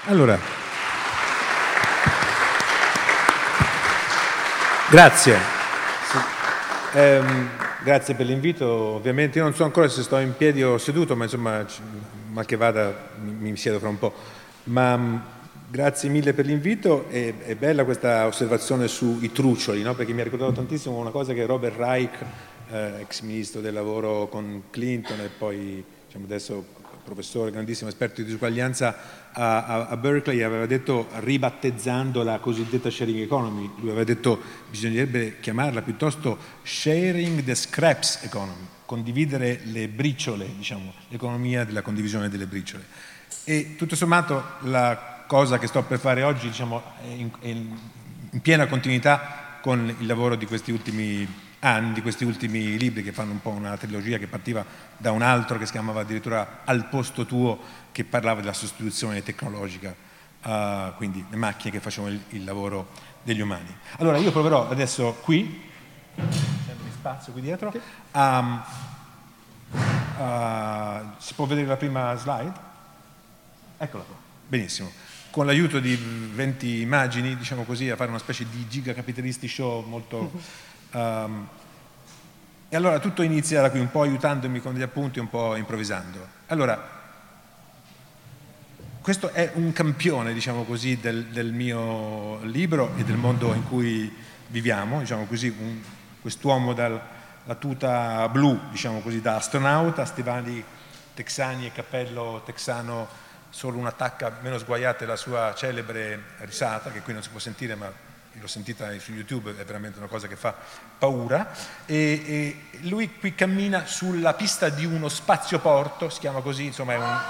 Allora, grazie. Grazie per l'invito. Ovviamente io non so ancora se sto in piedi o seduto, ma insomma, mal che vada, mi siedo fra un po'. Ma grazie mille per l'invito. È bella questa osservazione sui truccioli, no? Perché mi ha ricordato tantissimo una cosa che Robert Reich, ex ministro del lavoro con Clinton e poi diciamo, adesso professore, grandissimo esperto di disuguaglianza a Berkeley, aveva detto, ribattezzando la cosiddetta sharing economy, lui aveva detto bisognerebbe chiamarla piuttosto sharing the scraps economy, condividere le briciole, diciamo, l'economia della condivisione delle briciole. E tutto sommato la cosa che sto per fare oggi, diciamo, è in piena continuità con il lavoro di questi ultimi anni, di questi ultimi libri, che fanno un po' una trilogia che partiva da un altro che si chiamava addirittura Al posto tuo, che parlava della sostituzione tecnologica, quindi le macchine che facevano il lavoro degli umani. Allora io proverò adesso qui, sempre spazio qui dietro, si può vedere la prima slide? Eccola qua, benissimo. Con l'aiuto di 20 immagini, diciamo così, a fare una specie di gigacapitalisti show molto... e allora tutto inizia da qui, un po' aiutandomi con degli appunti, un po' improvvisando. Allora, questo è un campione, diciamo così, del mio libro e del mondo in cui viviamo, diciamo così, quest'uomo dalla tuta blu, diciamo così, da astronauta, stivali texani e cappello texano, solo una tacca meno sguaiata e la sua celebre risata, che qui non si può sentire, ma l'ho sentita su YouTube, è veramente una cosa che fa paura, e lui qui cammina sulla pista di uno spazioporto, si chiama così, insomma è un...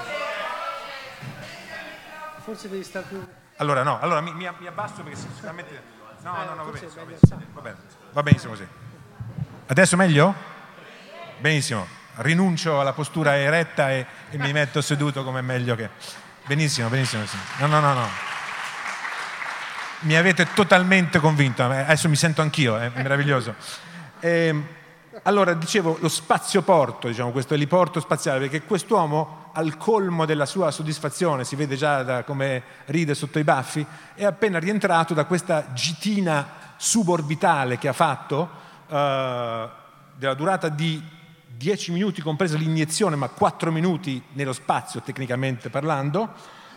Forse devi stare più... Allora no, allora mi abbasso perché sicuramente... No, va benissimo così. Adesso meglio? Benissimo, rinuncio alla postura eretta e mi metto seduto come meglio che... Benissimo. No. Mi avete totalmente convinto, adesso mi sento anch'io, è meraviglioso. Allora, dicevo, lo spazioporto, diciamo, questo eliporto spaziale, perché quest'uomo, al colmo della sua soddisfazione, si vede già da come ride sotto i baffi, è appena rientrato da questa gitina suborbitale che ha fatto, della durata di 10 minuti, compresa l'iniezione, ma 4 minuti nello spazio, tecnicamente parlando,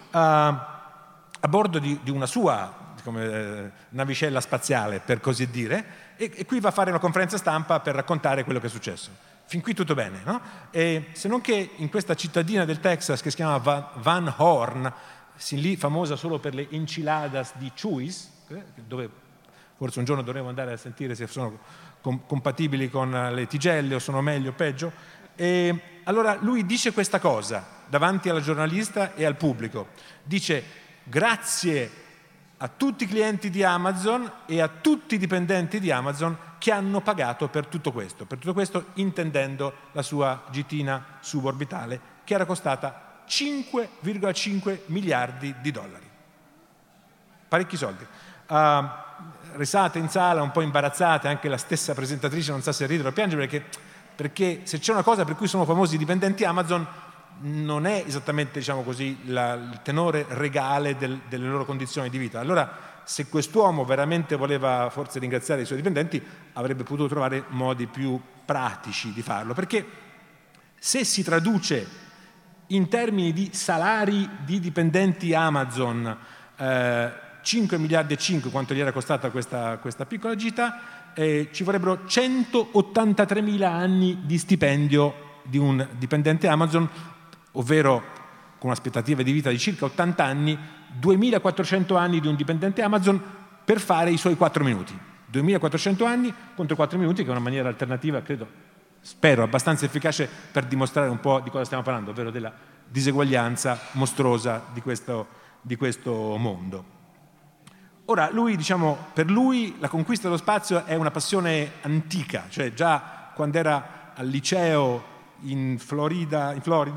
a bordo di una sua come navicella spaziale, per così dire, e qui va a fare una conferenza stampa per raccontare quello che è successo. Fin qui tutto bene, no? E se non che in questa cittadina del Texas che si chiama Van Horn, sin lì famosa solo per le enchiladas di Chuy's, dove forse un giorno dovremo andare a sentire se sono compatibili con le tigelle o sono meglio o peggio. E allora lui dice questa cosa davanti alla giornalista e al pubblico. Dice: grazie a tutti i clienti di Amazon e a tutti i dipendenti di Amazon che hanno pagato per tutto questo intendendo la sua gitina suborbitale, che era costata 5,5 miliardi di dollari. Parecchi soldi. Risate in sala, un po' imbarazzate, anche la stessa presentatrice non sa se ridere o piangere, perché se c'è una cosa per cui sono famosi i dipendenti Amazon non è esattamente, diciamo così, il tenore regale delle loro condizioni di vita. Allora, se quest'uomo veramente voleva forse ringraziare i suoi dipendenti, avrebbe potuto trovare modi più pratici di farlo, perché se si traduce in termini di salari di dipendenti Amazon, 5 miliardi e 5, quanto gli era costata questa piccola gita, ci vorrebbero 183.000 anni di stipendio di un dipendente Amazon, ovvero con un'aspettativa di vita di circa 80 anni, 2.400 anni di un dipendente Amazon per fare i suoi 4 minuti. 2.400 anni contro 4 minuti, che è una maniera alternativa, spero, abbastanza efficace per dimostrare un po' di cosa stiamo parlando, ovvero della diseguaglianza mostruosa di questo mondo. Ora, per lui la conquista dello spazio è una passione antica, cioè già quando era al liceo in Florida,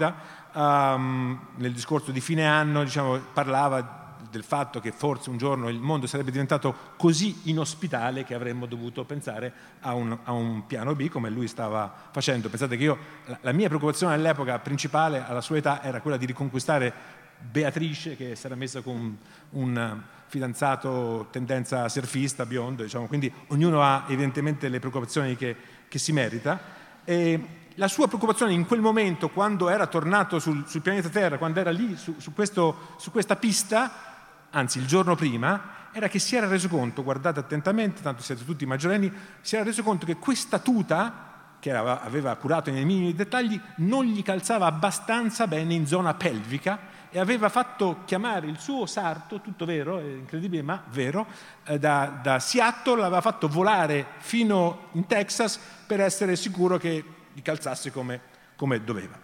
nel discorso di fine anno, parlava del fatto che forse un giorno il mondo sarebbe diventato così inospitale che avremmo dovuto pensare a un piano B, come lui stava facendo. Pensate che la mia preoccupazione all'epoca principale, alla sua età, era quella di riconquistare Beatrice che si era messa con un fidanzato tendenza surfista, biondo, diciamo, quindi ognuno ha evidentemente le preoccupazioni che si merita. E la sua preoccupazione in quel momento, quando era tornato sul pianeta Terra, quando era lì su questa pista, anzi il giorno prima, era che si era reso conto, guardate attentamente, tanto siete tutti maggiorenni, si era reso conto che questa tuta, che aveva curato nei minimi dettagli, non gli calzava abbastanza bene in zona pelvica e aveva fatto chiamare il suo sarto, tutto vero, è incredibile ma vero, da Seattle, l'aveva fatto volare fino in Texas per essere sicuro che gli calzasse come doveva.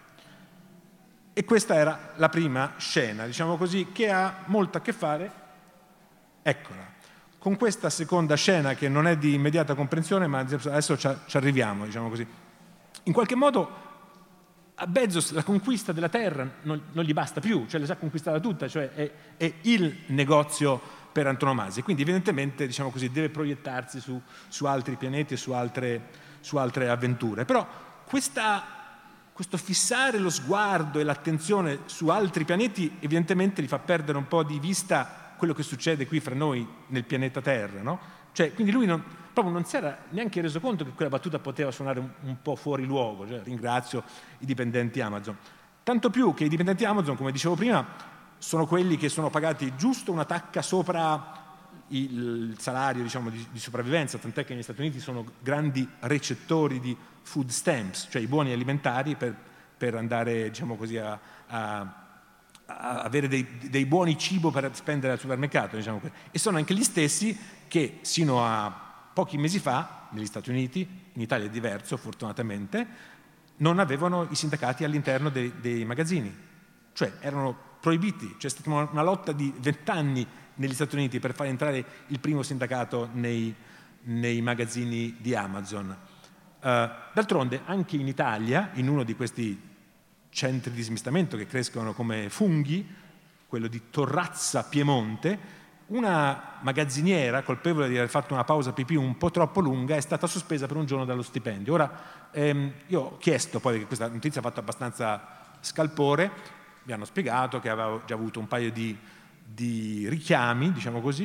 E questa era la prima scena, diciamo così, che ha molto a che fare, eccola, con questa seconda scena che non è di immediata comprensione, ma adesso ci arriviamo, diciamo così. In qualche modo a Bezos la conquista della terra non gli basta più, cioè l'ha già conquistata tutta, cioè è il negozio per antonomasia, quindi evidentemente, diciamo così, deve proiettarsi su altri pianeti e su altre avventure. Però questo fissare lo sguardo e l'attenzione su altri pianeti evidentemente gli fa perdere un po' di vista quello che succede qui fra noi nel pianeta Terra, no? Cioè, quindi lui proprio non si era neanche reso conto che quella battuta poteva suonare un po' fuori luogo, cioè, ringrazio i dipendenti Amazon. Tanto più che i dipendenti Amazon, come dicevo prima, sono quelli che sono pagati giusto una tacca sopra il salario, diciamo, di sopravvivenza, tant'è che negli Stati Uniti sono grandi recettori di food stamps, cioè i buoni alimentari per andare, diciamo così, a avere dei buoni cibo per spendere al supermercato, diciamo. E sono anche gli stessi che sino a pochi mesi fa negli Stati Uniti, in Italia è diverso fortunatamente, non avevano i sindacati all'interno dei magazzini, cioè erano proibiti. C'è stata una lotta di 20 anni negli Stati Uniti per far entrare il primo sindacato nei magazzini di Amazon. D'altronde anche in Italia, in uno di questi centri di smistamento che crescono come funghi, quello di Torrazza Piemonte, una magazziniera colpevole di aver fatto una pausa pipì un po' troppo lunga è stata sospesa per un giorno dallo stipendio. Ora, io ho chiesto poi, perché questa notizia ha fatto abbastanza scalpore, mi hanno spiegato che aveva già avuto un paio di richiami, diciamo così,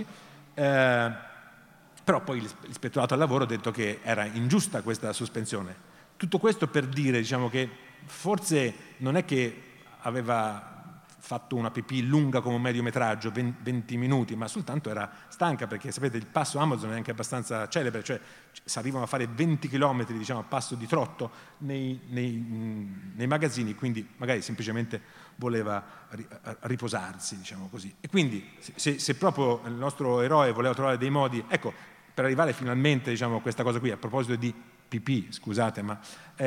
però poi l'ispettorato al lavoro ha detto che era ingiusta questa sospensione. Tutto questo per dire, diciamo, che forse non è che aveva fatto una pipì lunga come un mediometraggio, 20 minuti, ma soltanto era stanca, perché sapete il passo Amazon è anche abbastanza celebre, cioè si arrivano a fare 20 km, diciamo, a passo di trotto nei magazzini, quindi magari semplicemente voleva riposarsi, diciamo così. E quindi se proprio il nostro eroe voleva trovare dei modi, ecco, per arrivare finalmente, diciamo, a questa cosa qui, a proposito di pipì, scusate, ma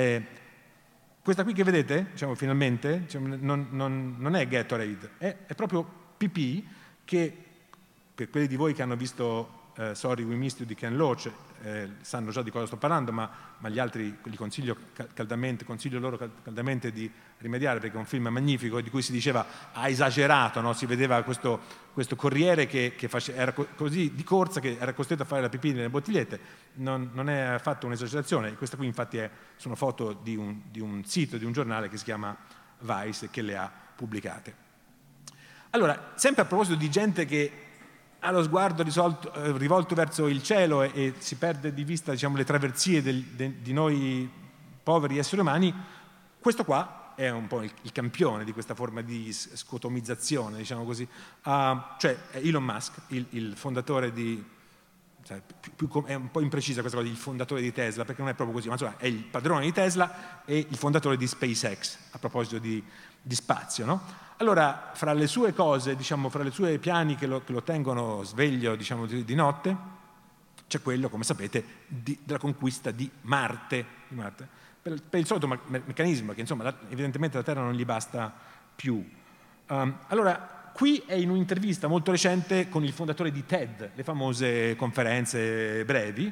questa qui che vedete, diciamo, finalmente, diciamo, non è Gatorade, è proprio pipì, che per quelli di voi che hanno visto Sorry We Missed You di Ken Loach sanno già di cosa sto parlando, ma gli altri li consiglio loro caldamente di rimediare, perché è un film magnifico di cui si diceva ha esagerato, no? Si vedeva questo corriere che era così di corsa che era costretto a fare la pipì nelle bottigliette. Non è affatto un'esagerazione. Questa qui infatti sono foto di un sito, di un giornale che si chiama Vice, che le ha pubblicate. Allora, sempre a proposito di gente che ha lo sguardo rivolto verso il cielo e si perde di vista, diciamo, le traversie di noi poveri esseri umani, questo qua è un po' il campione di questa forma di scotomizzazione, diciamo così, cioè Elon Musk, il fondatore di, cioè, è un po' imprecisa questa cosa, il fondatore di Tesla, perché non è proprio così, ma insomma è il padrone di Tesla e il fondatore di SpaceX, a proposito di spazio, no? Allora, fra le sue cose, diciamo, fra le sue piani che lo tengono sveglio, diciamo, di notte, c'è quello, come sapete, della conquista di Marte. Per il solito meccanismo, che insomma evidentemente la Terra non gli basta più. Allora, qui è in un'intervista molto recente con il fondatore di TED, le famose conferenze brevi,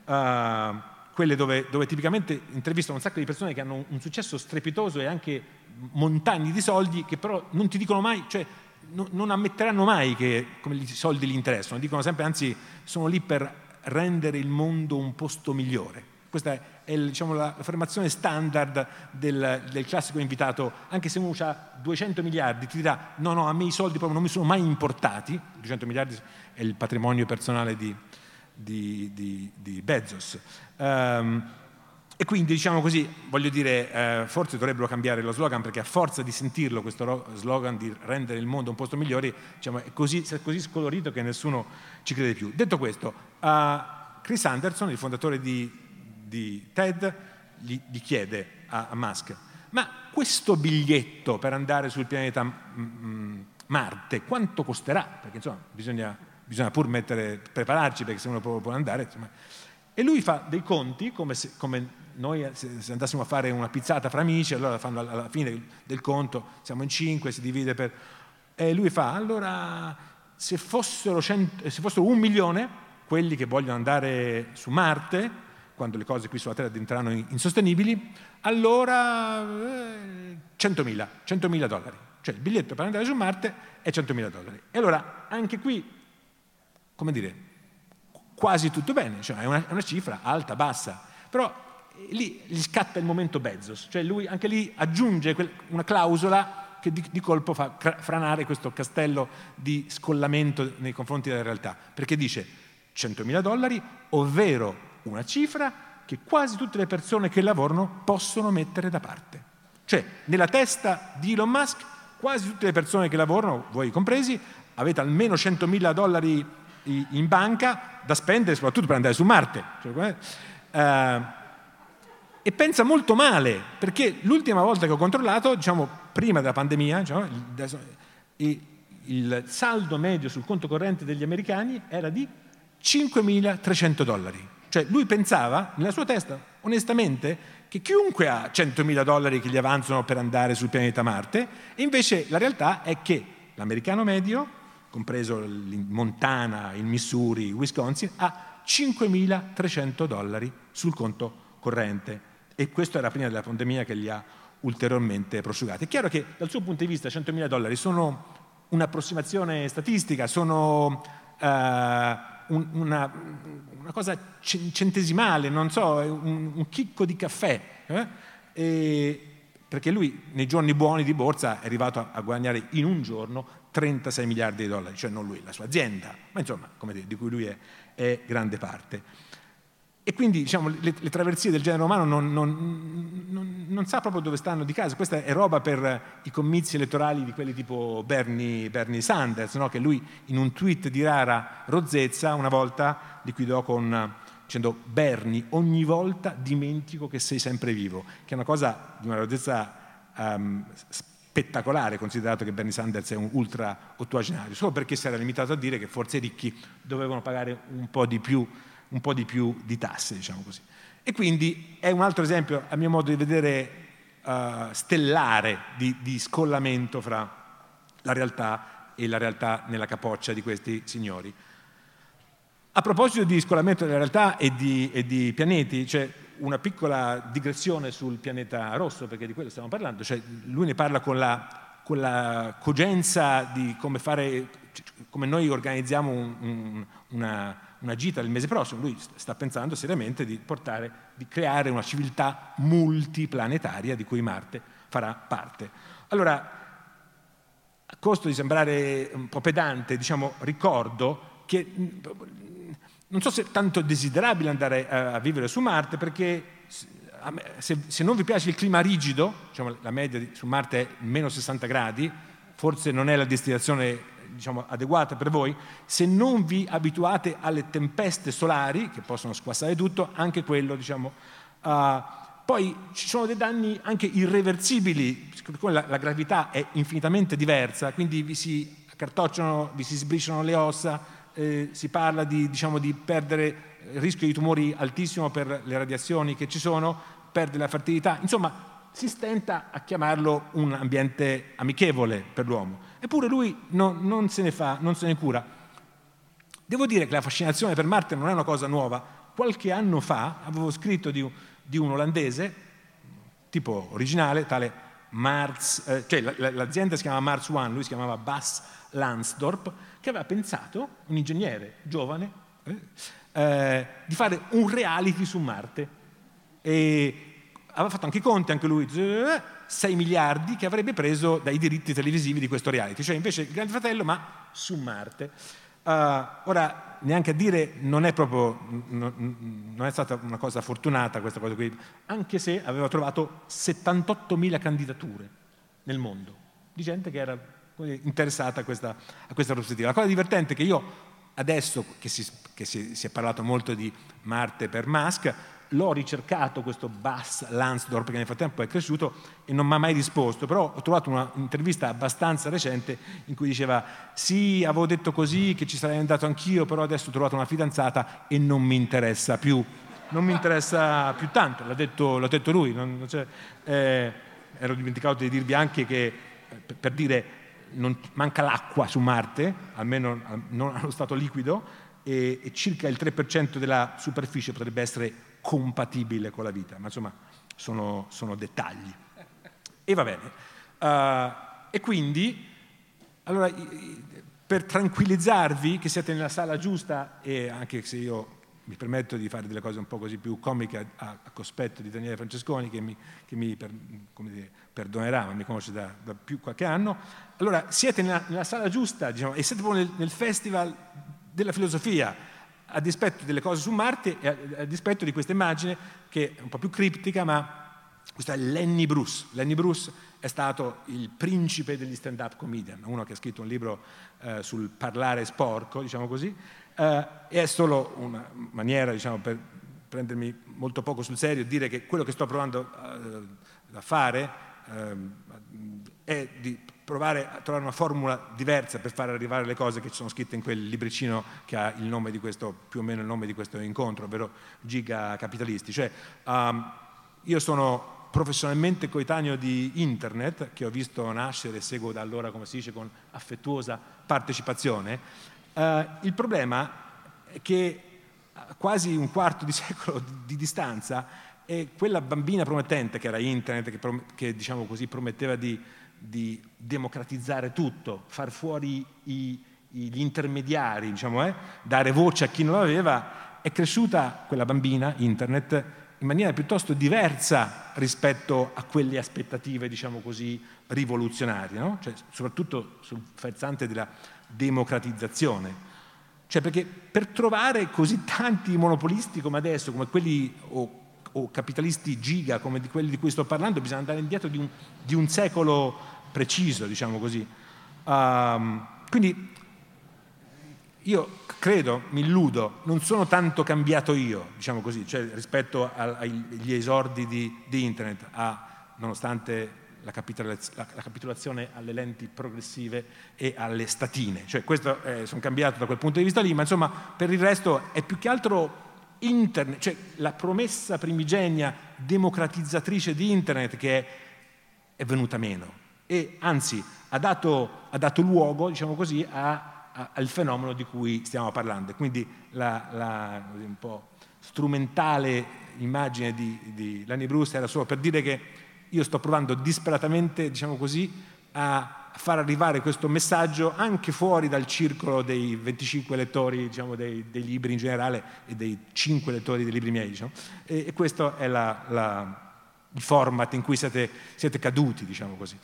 quelle dove tipicamente intervistano un sacco di persone che hanno un successo strepitoso e anche montagne di soldi, che però non ti dicono mai, cioè non ammetteranno mai che come i soldi gli interessano, dicono sempre, anzi sono lì per rendere il mondo un posto migliore. Questa diciamo, la formazione standard del classico invitato. Anche se uno ha 200 miliardi ti dirà no, a me i soldi proprio non mi sono mai importati. 200 miliardi è il patrimonio personale di Bezos. E quindi, diciamo così, voglio dire, forse dovrebbero cambiare lo slogan, perché a forza di sentirlo, questo slogan di rendere il mondo un posto migliore, diciamo, è così scolorito che nessuno ci crede più. Detto questo, Chris Anderson, il fondatore di TED, gli chiede a Musk: ma questo biglietto per andare sul pianeta Marte quanto costerà? Perché insomma bisogna pur prepararci, perché se uno può andare, insomma. E lui fa dei conti come noi se andassimo a fare una pizzata fra amici, allora fanno alla fine del conto, siamo in 5, si divide per... E lui fa, allora se fossero 1 milione quelli che vogliono andare su Marte, quando le cose qui sulla Terra diventeranno insostenibili, allora $100.000. Cioè il biglietto per andare su Marte è $100.000. E allora anche qui, come dire, quasi tutto bene, cioè è una cifra alta, bassa, però lì gli scatta il momento Bezos, cioè lui anche lì aggiunge una clausola che di colpo fa franare questo castello di scollamento nei confronti della realtà, perché dice $100.000, ovvero una cifra che quasi tutte le persone che lavorano possono mettere da parte. Cioè nella testa di Elon Musk quasi tutte le persone che lavorano, voi compresi, avete almeno $100.000 in banca da spendere soprattutto per andare su Marte. E pensa molto male, perché l'ultima volta che ho controllato, diciamo prima della pandemia, diciamo, il saldo medio sul conto corrente degli americani era di $5.300. Cioè lui pensava nella sua testa onestamente che chiunque ha $100.000 che gli avanzano per andare sul pianeta Marte, e invece la realtà è che l'americano medio, compreso il Montana, il Missouri, il Wisconsin, ha $5.300 sul conto corrente. E questo era prima della pandemia, che li ha ulteriormente prosciugati. È chiaro che dal suo punto di vista $100.000 sono un'approssimazione statistica, sono una cosa centesimale, non so, un chicco di caffè, perché lui nei giorni buoni di borsa è arrivato a guadagnare in un giorno $36 miliardi, cioè non lui, la sua azienda, ma insomma, come dire, di cui lui è grande parte. E quindi, diciamo, le traversie del genere umano non sa proprio dove stanno di casa. Questa è roba per i comizi elettorali di quelli tipo Bernie Sanders, no? Che lui in un tweet di rara rozzezza una volta liquidò dicendo: Bernie, ogni volta dimentico che sei sempre vivo, che è una cosa di una rozzezza spettacolare, considerato che Bernie Sanders è un ultra ottuagenario, solo perché si era limitato a dire che forse i ricchi dovevano pagare un po' di più di tasse, diciamo così. E quindi è un altro esempio, a mio modo di vedere, stellare di scollamento fra la realtà e la realtà nella capoccia di questi signori. A proposito di scollamento della realtà e di pianeti, c'è una piccola digressione sul pianeta rosso, perché di quello stiamo parlando. Cioè, lui ne parla con la cogenza di come noi organizziamo una gita il mese prossimo. Lui sta pensando seriamente di creare una civiltà multiplanetaria di cui Marte farà parte. Allora, a costo di sembrare un po' pedante, diciamo, ricordo che non so se è tanto desiderabile andare a vivere su Marte, perché se non vi piace il clima rigido, diciamo, la media su Marte è meno 60 gradi, forse non è la destinazione, diciamo, adeguata per voi. Se non vi abituate alle tempeste solari, che possono squassare tutto, anche quello, diciamo. Poi ci sono dei danni anche irreversibili, la gravità è infinitamente diversa, quindi vi si accartocciano, vi si sbriciolano le ossa, si parla di perdere il rischio di tumori altissimo per le radiazioni che ci sono, perde la fertilità, insomma si stenta a chiamarlo un ambiente amichevole per l'uomo. Eppure lui non se ne cura. Devo dire che la fascinazione per Marte non è una cosa nuova. Qualche anno fa avevo scritto di un olandese, tipo originale, tale Mars, cioè l'azienda si chiama Mars One, lui si chiamava Bas Lansdorp, che aveva pensato, un ingegnere giovane, di fare un reality su Marte. e aveva fatto anche i conti, anche lui, 6 miliardi che avrebbe preso dai diritti televisivi di questo reality, cioè invece il Grande Fratello ma su Marte. Ora, neanche a dire, non è stata una cosa fortunata questa cosa qui, anche se aveva trovato 78.000 candidature nel mondo di gente che era interessata a questa prospettiva. La cosa divertente è che io adesso che si è parlato molto di Marte per Musk, l'ho ricercato questo Buzz Lansdorp, che nel frattempo è cresciuto e non mi ha mai risposto, però ho trovato un'intervista abbastanza recente in cui diceva sì, avevo detto così, che ci sarei andato anch'io, però adesso ho trovato una fidanzata e non mi interessa più tanto, l'ha detto lui. Ero dimenticato di dirvi anche che, per dire, manca l'acqua su Marte, almeno non allo stato liquido, e circa il 3% della superficie potrebbe essere compatibile con la vita, ma insomma sono dettagli. E va bene. E quindi, allora, per tranquillizzarvi che siete nella sala giusta, e anche se io mi permetto di fare delle cose un po' così più comiche a cospetto di Daniele Francesconi, che mi perdonerà, ma mi conosce da più qualche anno, allora siete nella sala giusta, diciamo, e siete proprio nel festival della filosofia, a dispetto delle cose su Marte e a dispetto di questa immagine che è un po' più criptica, ma questo è Lenny Bruce. Lenny Bruce è stato il principe degli stand-up comedian, uno che ha scritto un libro sul parlare sporco, diciamo così, e è solo una maniera, diciamo, per prendermi molto poco sul serio e dire che quello che sto provando a fare è di provare a trovare una formula diversa per far arrivare le cose che ci sono scritte in quel libricino che ha il nome di questo, più o meno il nome di questo incontro, ovvero Giga Capitalisti. Cioè, io sono professionalmente coetaneo di Internet, che ho visto nascere e seguo da allora, come si dice, con affettuosa partecipazione. Il problema è che a quasi un quarto di secolo di distanza è quella bambina promettente che era Internet, che diciamo così prometteva di democratizzare tutto, far fuori gli intermediari, diciamo, dare voce a chi non l'aveva, è cresciuta quella bambina, Internet, in maniera piuttosto diversa rispetto a quelle aspettative, diciamo così, rivoluzionarie, no? Cioè, soprattutto sul versante della democratizzazione. Cioè, perché per trovare così tanti monopolisti come adesso, come quelli o capitalisti giga come di quelli di cui sto parlando, bisogna andare indietro di un secolo preciso, diciamo così. Quindi io credo, mi illudo, non sono tanto cambiato io, diciamo così, cioè rispetto agli esordi di Internet, nonostante la capitolazione alle lenti progressive e alle statine. Cioè questo sono cambiato da quel punto di vista lì, ma insomma per il resto è più che altro Internet, cioè la promessa primigenia democratizzatrice di Internet che è venuta meno e anzi ha dato luogo, diciamo così, al fenomeno di cui stiamo parlando. Quindi la un po' strumentale immagine di Lenny Bruce era solo per dire che io sto provando disperatamente, diciamo così, a far arrivare questo messaggio anche fuori dal circolo dei 25 lettori, diciamo, dei libri in generale e dei 5 lettori dei libri miei, diciamo. E questo è il format in cui siete caduti, diciamo così.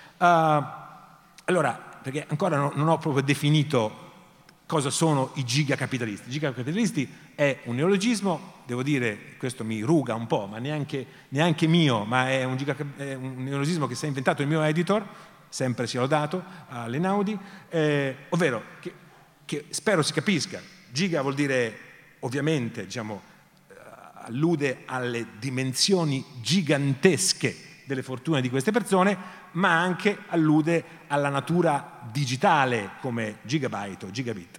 Allora, perché ancora non ho proprio definito cosa sono i gigacapitalisti. I gigacapitalisti è un neologismo, devo dire, questo mi ruga un po', ma neanche mio, ma è un neologismo che si è inventato il mio editor, sempre sia lodato, all'Einaudi, ovvero che spero si capisca. Giga vuol dire, ovviamente, diciamo, allude alle dimensioni gigantesche delle fortune di queste persone, ma anche allude alla natura digitale come gigabyte o gigabit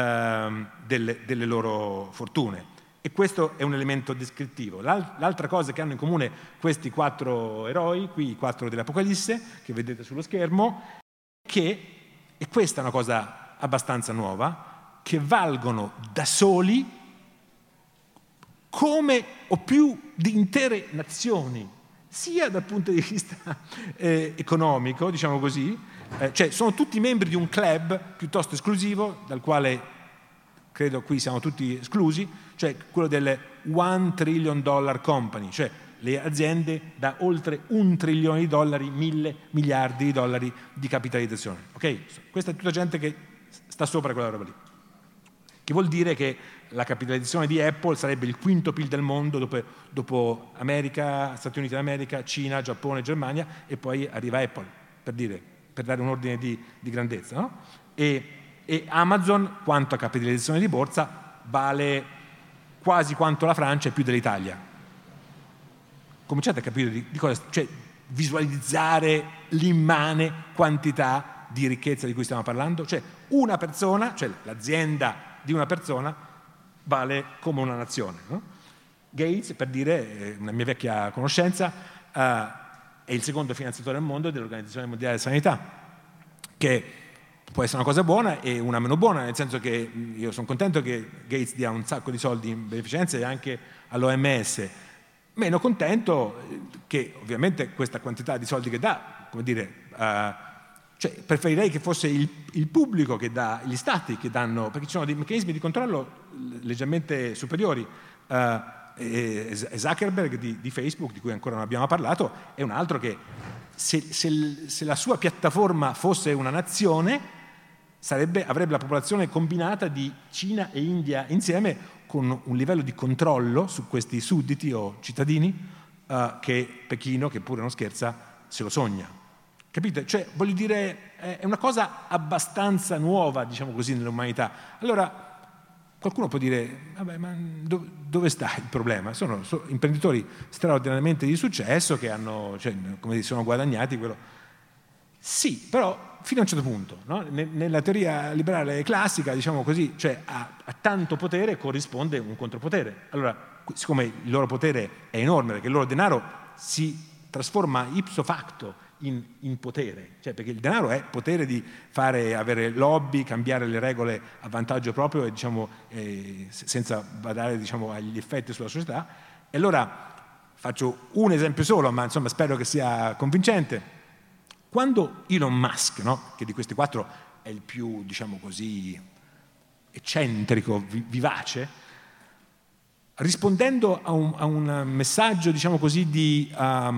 delle loro fortune. E questo è un elemento descrittivo. L'altra cosa che hanno in comune questi 4 eroi, qui i 4 dell'Apocalisse, che vedete sullo schermo, che, e questa è una cosa abbastanza nuova, che valgono da soli come o più di intere nazioni, sia dal punto di vista economico, diciamo così, cioè sono tutti membri di un club piuttosto esclusivo, dal quale credo qui siamo tutti esclusi, cioè quello delle $1 trillion company, cioè le aziende da oltre $1 trilione, 1.000 miliardi di dollari di capitalizzazione. Ok? Questa è tutta gente che sta sopra quella roba lì. Che vuol dire che la capitalizzazione di Apple sarebbe il quinto PIL del mondo dopo America, Stati Uniti d'America, Cina, Giappone, Germania, e poi arriva Apple, per dare un ordine di grandezza. No? E Amazon, quanto a capitalizzazione di borsa, vale quasi quanto la Francia e più dell'Italia. Cominciate a capire di cosa, cioè visualizzare l'immane quantità di ricchezza di cui stiamo parlando. Cioè una persona, cioè l'azienda di una persona vale come una nazione. No? Gates, per dire, una mia vecchia conoscenza, è il secondo finanziatore al mondo dell'Organizzazione Mondiale della Sanità, che può essere una cosa buona e una meno buona, nel senso che io sono contento che Gates dia un sacco di soldi in beneficenza e anche all'OMS. Meno contento che ovviamente questa quantità di soldi che dà, come dire, cioè preferirei che fosse il pubblico che dà, gli stati che danno, perché ci sono dei meccanismi di controllo leggermente superiori. Zuckerberg di Facebook, di cui ancora non abbiamo parlato, è un altro che se la sua piattaforma fosse una nazione avrebbe la popolazione combinata di Cina e India insieme, con un livello di controllo su questi sudditi o cittadini che Pechino, che pure non scherza, se lo sogna. Capite? Cioè, voglio dire, è una cosa abbastanza nuova, diciamo così, nell'umanità. Allora, qualcuno può dire, vabbè, ma dove sta il problema? Sono imprenditori straordinariamente di successo che hanno, cioè, come dire, sono guadagnati quello. Sì, però fino a un certo punto, no? Nella teoria liberale classica, diciamo così, cioè a tanto potere corrisponde un contropotere. Allora, siccome il loro potere è enorme, perché il loro denaro si trasforma ipso facto in potere, cioè perché il denaro è potere di avere lobby, cambiare le regole a vantaggio proprio e diciamo senza badare, diciamo, agli effetti sulla società. E allora faccio un esempio solo, ma insomma spero che sia convincente. Quando Elon Musk, no, che di questi quattro è il più, diciamo così, eccentrico, vivace, rispondendo a un messaggio, diciamo così, di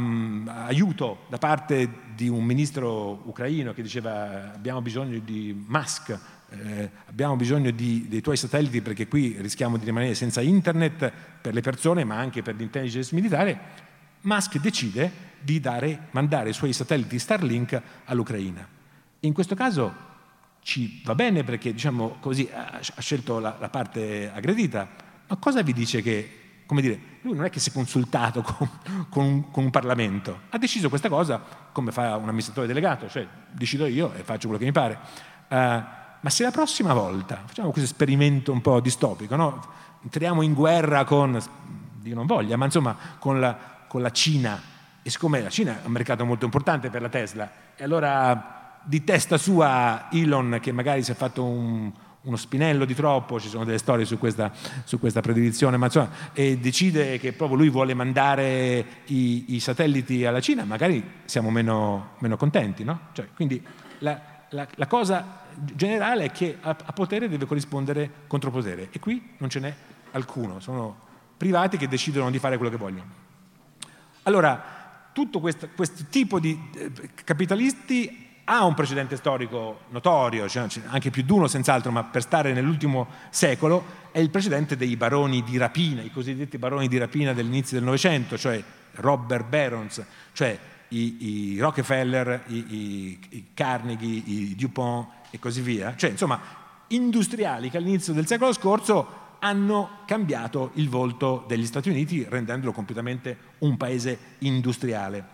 aiuto da parte di un ministro ucraino che diceva abbiamo bisogno di Musk, abbiamo bisogno dei tuoi satelliti perché qui rischiamo di rimanere senza internet per le persone ma anche per l'intelligence militare, Musk decide di mandare i suoi satelliti Starlink all'Ucraina. In questo caso ci va bene perché, diciamo così, ha scelto la parte aggredita, ma cosa vi dice che, come dire, lui non è che si è consultato con un Parlamento, ha deciso questa cosa come fa un amministratore delegato, cioè decido io e faccio quello che mi pare. Ma se la prossima volta facciamo questo esperimento un po' distopico, no? Entriamo in guerra con, Dio non voglia, ma insomma con la Cina, e siccome la Cina è un mercato molto importante per la Tesla, e allora di testa sua Elon, che magari si è fatto uno spinello di troppo, ci sono delle storie su questa predilizione, ma insomma, e decide che proprio lui vuole mandare i satelliti alla Cina, magari siamo meno contenti, no? Cioè, quindi la cosa generale è che a potere deve corrispondere contropotere, e qui non ce n'è alcuno, sono privati che decidono di fare quello che vogliono. Allora, tutto questo tipo di capitalisti ha un precedente storico notorio, cioè anche più di uno senz'altro, ma per stare nell'ultimo secolo è il precedente dei baroni di rapina, i cosiddetti baroni di rapina dell'inizio del Novecento, cioè Robert Barons, cioè i Rockefeller, i Carnegie, i DuPont e così via, cioè insomma industriali che all'inizio del secolo scorso hanno cambiato il volto degli Stati Uniti rendendolo completamente un paese industriale.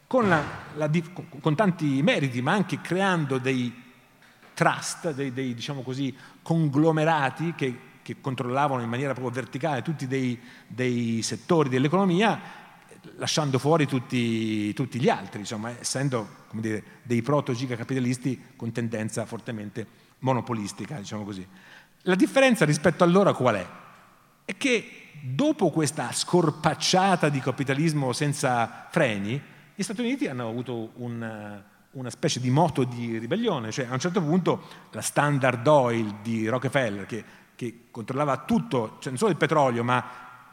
Con tanti meriti, ma anche creando dei trust, dei diciamo così, conglomerati che controllavano in maniera proprio verticale tutti dei settori dell'economia, lasciando fuori tutti gli altri, insomma, essendo, come dire, dei proto-gigacapitalisti con tendenza fortemente monopolistica, diciamo così. La differenza rispetto a loro qual è? È che dopo questa scorpacciata di capitalismo senza freni, gli Stati Uniti hanno avuto una specie di moto di ribellione, cioè a un certo punto la Standard Oil di Rockefeller, che controllava tutto, cioè non solo il petrolio, ma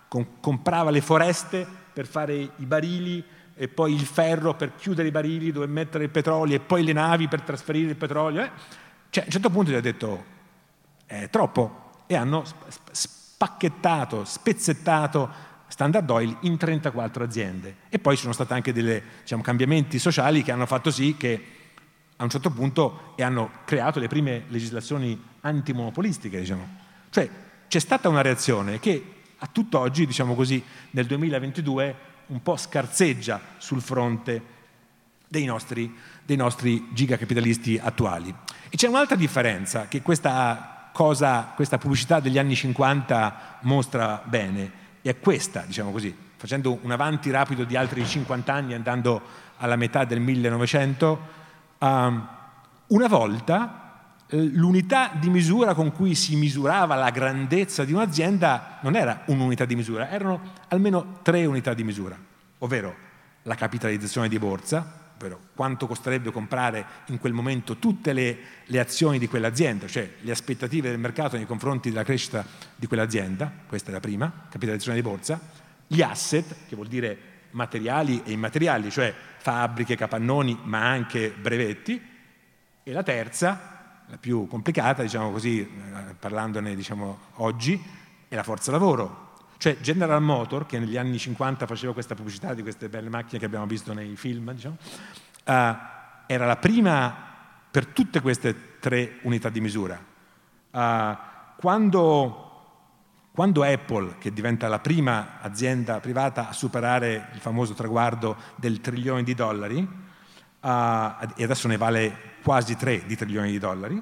comprava le foreste per fare i barili e poi il ferro per chiudere i barili dove mettere il petrolio e poi le navi per trasferire il petrolio. Cioè, a un certo punto gli ha detto è troppo, e hanno spacchettato, spezzettato Standard Oil in 34 aziende. E poi ci sono stati anche dei cambiamenti sociali che hanno fatto sì che a un certo punto hanno creato le prime legislazioni antimonopolistiche. Cioè c'è stata una reazione che a tutt'oggi, nel 2022, un po' scarseggia sul fronte dei nostri gigacapitalisti attuali. E c'è un'altra differenza che questa pubblicità degli anni 50 mostra bene, e è questa, facendo un avanti rapido di altri 50 anni, andando alla metà del 1900. Una volta l'unità di misura con cui si misurava la grandezza di un'azienda non era un'unità di misura, erano almeno 3 unità di misura, ovvero la capitalizzazione di borsa, ovvero quanto costerebbe comprare in quel momento tutte le azioni di quell'azienda, cioè le aspettative del mercato nei confronti della crescita di quell'azienda. Questa è la prima, capitalizzazione di borsa. Gli asset, che vuol dire materiali e immateriali, cioè fabbriche, capannoni, ma anche brevetti. E la terza, la più complicata, parlandone oggi, è la forza lavoro. Cioè General Motors, che negli anni 50 faceva questa pubblicità di queste belle macchine che abbiamo visto nei film, era la prima per tutte queste 3 unità di misura. Quando Apple, che diventa la prima azienda privata a superare il famoso traguardo del $1 trilione, e adesso ne vale quasi 3 di trilioni di dollari,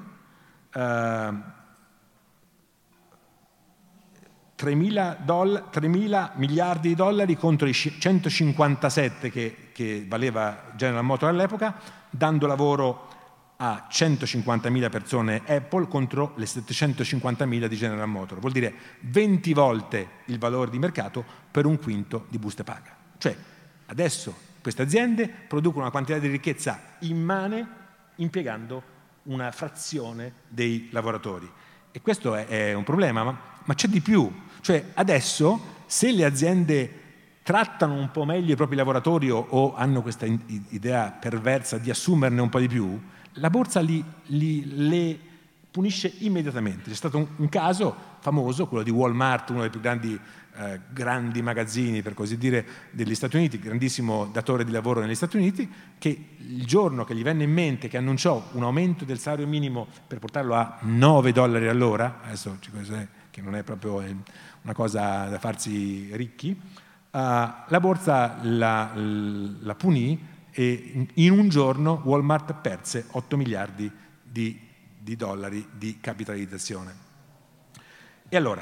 3.000 miliardi di dollari contro i 157 che valeva General Motors all'epoca, dando lavoro a 150.000 persone Apple contro le 750.000 di General Motors. Vuol dire 20 volte il valore di mercato per un quinto di buste paga. Cioè adesso queste aziende producono una quantità di ricchezza immane impiegando una frazione dei lavoratori. E questo è un problema, ma c'è di più. Cioè adesso, se le aziende trattano un po' meglio i propri lavoratori o hanno questa idea perversa di assumerne un po' di più, la borsa le punisce immediatamente. C'è stato un caso famoso, quello di Walmart, uno dei più grandi magazzini, per così dire, degli Stati Uniti, grandissimo datore di lavoro negli Stati Uniti, che il giorno che gli venne in mente, che annunciò un aumento del salario minimo per portarlo a $9 all'ora, adesso che non è proprio una cosa da farsi ricchi, la borsa la punì e in un giorno Walmart perse 8 miliardi di dollari di capitalizzazione. E allora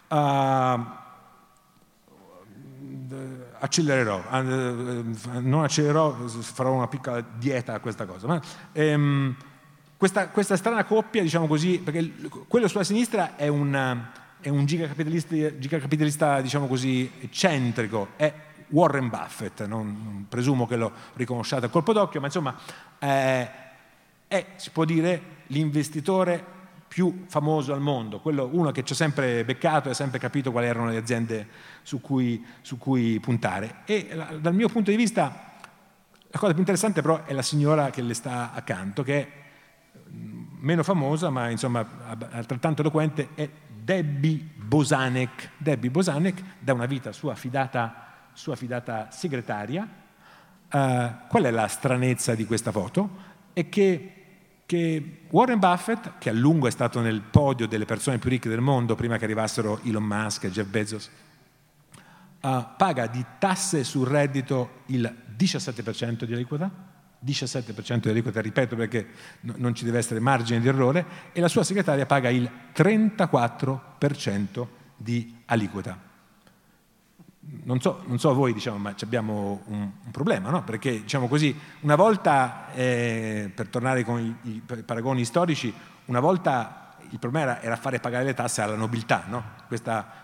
non accelererò, farò una piccola dieta a questa cosa, ma questa strana coppia, perché quello sulla sinistra è un gigacapitalista, eccentrico, è Warren Buffett, non presumo che lo riconosciate a colpo d'occhio, ma insomma si può dire l'investitore più famoso al mondo, uno che ci ha sempre beccato e ha sempre capito quali erano le aziende su cui puntare. E dal mio punto di vista la cosa più interessante però è la signora che le sta accanto, che è meno famosa ma insomma altrettanto eloquente, è Debbie Bosanek. Debbie Bosanek da una vita sua fidata segretaria. Qual è la stranezza di questa foto? È che Warren Buffett, che a lungo è stato nel podio delle persone più ricche del mondo prima che arrivassero Elon Musk e Jeff Bezos, paga di tasse sul reddito il 17% di aliquota, 17% di aliquota, ripeto perché non ci deve essere margine di errore, e la sua segretaria paga il 34% di aliquota. Non so voi, ma abbiamo un problema, no? Perché, una volta, per tornare con i paragoni storici, una volta il problema era fare pagare le tasse alla nobiltà, no? Questa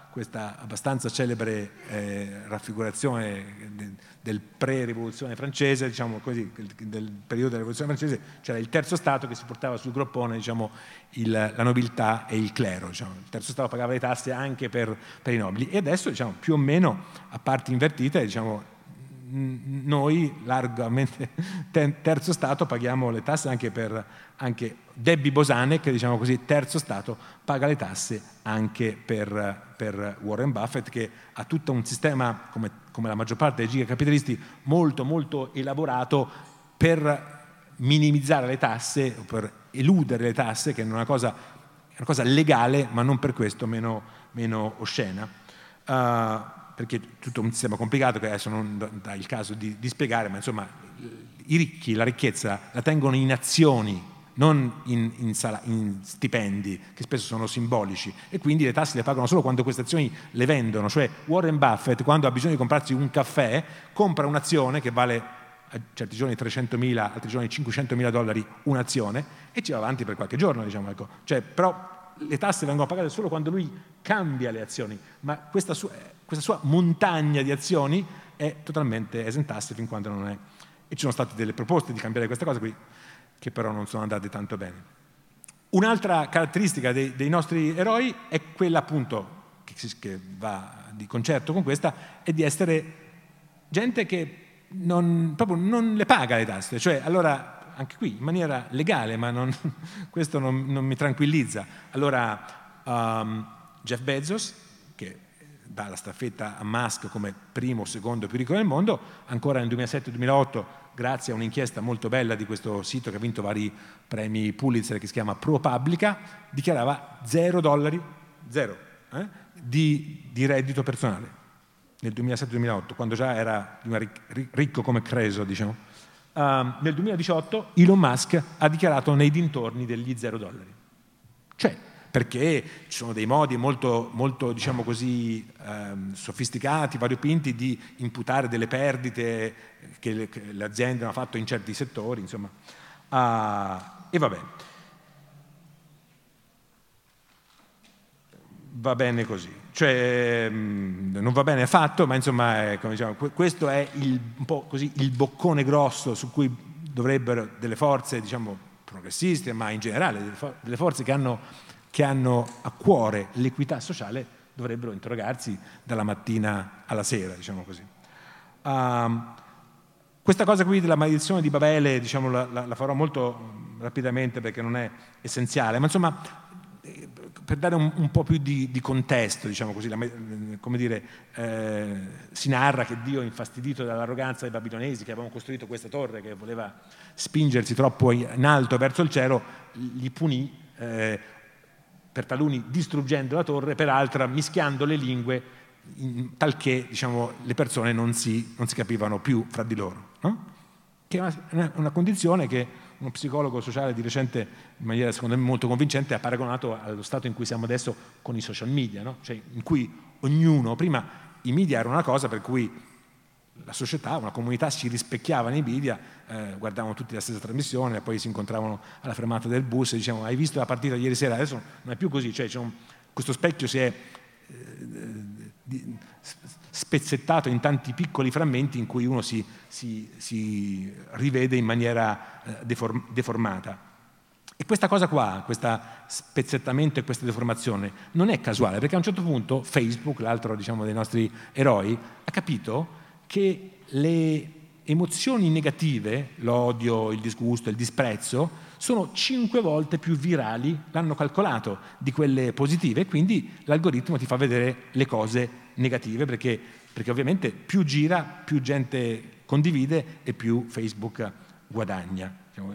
questa abbastanza celebre raffigurazione del pre-rivoluzione francese, diciamo così, del periodo della rivoluzione francese. C'era il terzo Stato che si portava sul groppone, diciamo, la nobiltà e il clero, diciamo. Il terzo Stato pagava le tasse anche per i nobili, e adesso, diciamo, più o meno a parti invertite, diciamo, noi largamente terzo Stato paghiamo le tasse anche Debbie Bosanek, diciamo così, terzo Stato paga le tasse anche per Warren Buffett, che ha tutto un sistema, come la maggior parte dei gigacapitalisti, molto molto elaborato per minimizzare le tasse, per eludere le tasse, che è una cosa legale, ma non per questo meno oscena. Perché è tutto un sistema complicato che adesso non dà il caso di spiegare, ma insomma i ricchi la ricchezza la tengono in azioni, non in stipendi, che spesso sono simbolici, e quindi le tasse le pagano solo quando queste azioni le vendono. Cioè Warren Buffett, quando ha bisogno di comprarsi un caffè, compra un'azione che vale a certi giorni 300.000, altri giorni 500.000 dollari un'azione, e ci va avanti per qualche giorno, diciamo, ecco. Cioè, però le tasse vengono pagate solo quando lui cambia le azioni, ma questa sua montagna di azioni è totalmente esentasse fin quando non è. E ci sono state delle proposte di cambiare questa cosa qui, che però non sono andate tanto bene. Un'altra caratteristica dei nostri eroi è quella, appunto, che va di concerto con questa, è di essere gente che proprio non le paga le tasse. Cioè, allora, anche qui in maniera legale, ma questo non mi tranquillizza. Allora Jeff Bezos, che dà la staffetta a Musk come primo o secondo più ricco del mondo, ancora nel 2007-2008, grazie a un'inchiesta molto bella di questo sito che ha vinto vari premi Pulitzer, che si chiama ProPublica, dichiarava $0 di reddito personale nel 2007-2008, quando già era ricco come Creso, diciamo. Nel 2018 Elon Musk ha dichiarato nei dintorni degli $0. Cioè, perché ci sono dei modi molto, molto, diciamo così, sofisticati, variopinti di imputare delle perdite che le aziende hanno fatto in certi settori, insomma. E vabbè. Va bene così. Cioè, non va bene affatto, ma insomma, come diciamo, questo è un po' così il boccone grosso su cui dovrebbero delle forze, diciamo, progressiste, ma in generale delle forze che hanno a cuore l'equità sociale, dovrebbero interrogarsi dalla mattina alla sera, diciamo così. Questa cosa qui della maledizione di Babele, diciamo, la farò molto rapidamente perché non è essenziale, ma insomma, per dare un po' più di contesto, diciamo così, come dire, si narra che Dio, infastidito dall'arroganza dei babilonesi, che avevano costruito questa torre che voleva spingersi troppo in alto verso il cielo, li punì, per taluni distruggendo la torre, per altra mischiando le lingue, talché, diciamo, le persone non si capivano più fra di loro, no? Che è una condizione che uno psicologo sociale di recente, in maniera secondo me molto convincente, ha paragonato allo stato in cui siamo adesso con i social media, no? Cioè, in cui ognuno, prima i media erano una cosa per cui la società, una comunità si rispecchiava nei media, guardavano tutti la stessa trasmissione, poi si incontravano alla fermata del bus e dicevano: hai visto la partita ieri sera? Adesso non è più così, cioè questo specchio si è spezzettato in tanti piccoli frammenti in cui uno si rivede in maniera deformata. E questa cosa qua, questo spezzettamento e questa deformazione non è casuale, perché a un certo punto Facebook, l'altro, diciamo, dei nostri eroi, ha capito che le emozioni negative, l'odio, il disgusto, il disprezzo, sono 5 volte più virali, l'hanno calcolato, di quelle positive, e quindi l'algoritmo ti fa vedere le cose negative, perché ovviamente più gira, più gente condivide e più Facebook guadagna.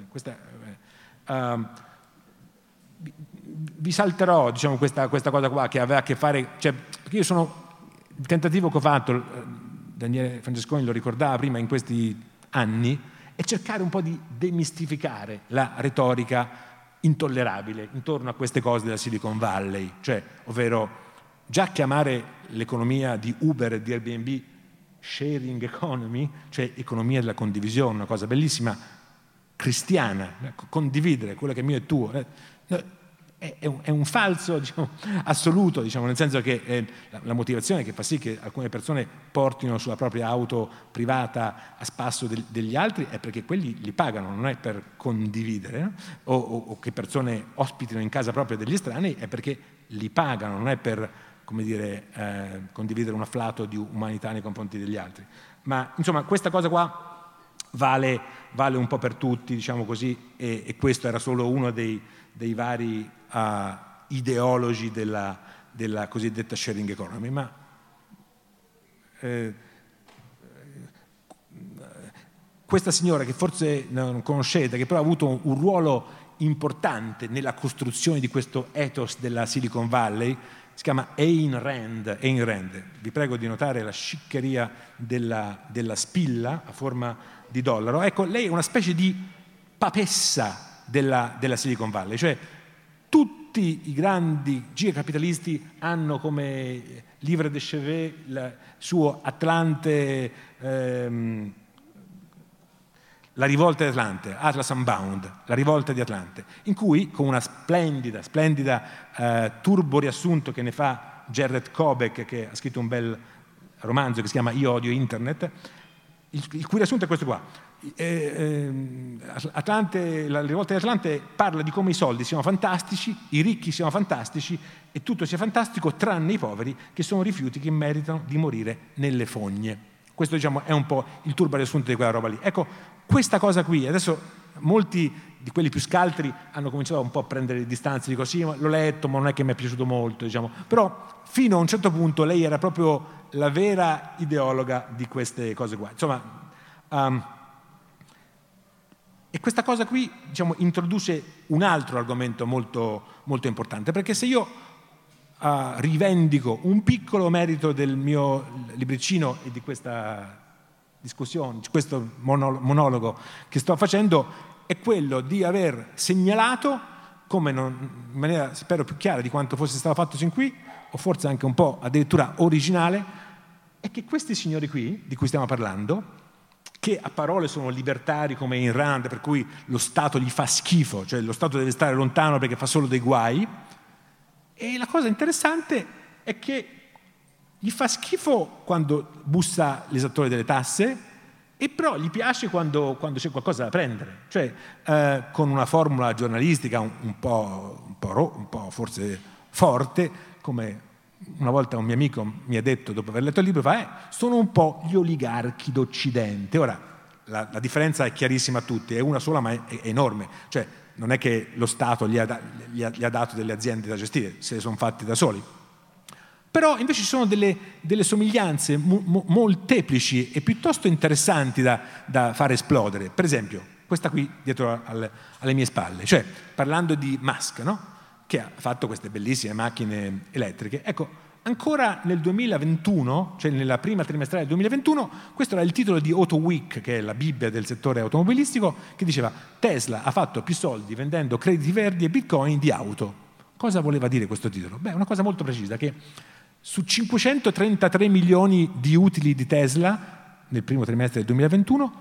Vi salterò, diciamo, questa cosa qua che aveva a che fare, cioè, perché il tentativo che ho fatto, Daniele Francesconi lo ricordava prima, in questi anni, è cercare un po' di demistificare la retorica intollerabile intorno a queste cose della Silicon Valley, cioè, ovvero, già chiamare l'economia di Uber e di Airbnb sharing economy, cioè economia della condivisione, una cosa bellissima, cristiana, condividere quello che è mio e tuo, è un falso, diciamo, assoluto, diciamo, nel senso che la motivazione che fa sì che alcune persone portino sulla propria auto privata a spasso degli altri è perché quelli li pagano, non è per condividere, no? o che persone ospitino in casa propria degli estranei è perché li pagano, non è per, come dire, condividere un afflato di umanità nei confronti degli altri. Ma insomma questa cosa qua vale un po' per tutti, diciamo così, e questo era solo uno dei vari ideologi della cosiddetta sharing economy. Ma questa signora, che forse non conoscete, che però ha avuto un ruolo importante nella costruzione di questo ethos della Silicon Valley, si chiama Ayn Rand. Vi prego di notare la sciccheria della spilla a forma di dollaro. Ecco, lei è una specie di papessa della Silicon Valley, cioè tutti i grandi gigacapitalisti hanno come livre de chevet il suo Atlante, la rivolta di Atlante, Atlas Unbound, la rivolta di Atlante, in cui con una splendida turbo riassunto che ne fa Jared Kobek, che ha scritto un bel romanzo che si chiama Io odio Internet, il cui riassunto è questo qua. Atlante, la rivolta di Atlante parla di come i soldi siano fantastici, i ricchi siano fantastici e tutto sia fantastico tranne i poveri, che sono rifiuti che meritano di morire nelle fogne. Questo, diciamo, è un po' il turbo riassunto di quella roba lì. Ecco, questa cosa qui, adesso molti di quelli più scaltri hanno cominciato un po' a prendere le distanze, dico sì, l'ho letto, ma non è che mi è piaciuto molto, diciamo. Però fino a un certo punto lei era proprio la vera ideologa di queste cose qua. Insomma, e questa cosa qui, diciamo, introduce un altro argomento molto, molto importante, perché se io rivendico un piccolo merito del mio libricino e di questa discussione, di questo monologo che sto facendo, è quello di aver segnalato, come in maniera spero più chiara di quanto fosse stato fatto sin qui, o forse anche un po' addirittura originale, è che questi signori qui, di cui stiamo parlando, che a parole sono libertari come Ayn Rand, per cui lo Stato gli fa schifo, cioè lo Stato deve stare lontano perché fa solo dei guai, e la cosa interessante è che gli fa schifo quando bussa l'esattore delle tasse, e però gli piace quando c'è qualcosa da prendere, cioè con una formula giornalistica un po' forse forte, come una volta un mio amico mi ha detto dopo aver letto il libro, sono un po' gli oligarchi d'Occidente. Ora, la differenza è chiarissima a tutti, è una sola ma è enorme, cioè non è che lo Stato gli ha dato delle aziende da gestire, se le sono fatte da soli. Però invece ci sono delle somiglianze molteplici e piuttosto interessanti da far esplodere. Per esempio, questa qui dietro alle mie spalle, cioè parlando di Musk, no? Che ha fatto queste bellissime macchine elettriche. Ecco, ancora nel 2021, cioè nella prima trimestrale del 2021, questo era il titolo di Auto Week, che è la Bibbia del settore automobilistico, che diceva: Tesla ha fatto più soldi vendendo crediti verdi e bitcoin di auto. Cosa voleva dire questo titolo? Beh, una cosa molto precisa, che su 533 milioni di utili di Tesla nel primo trimestre del 2021,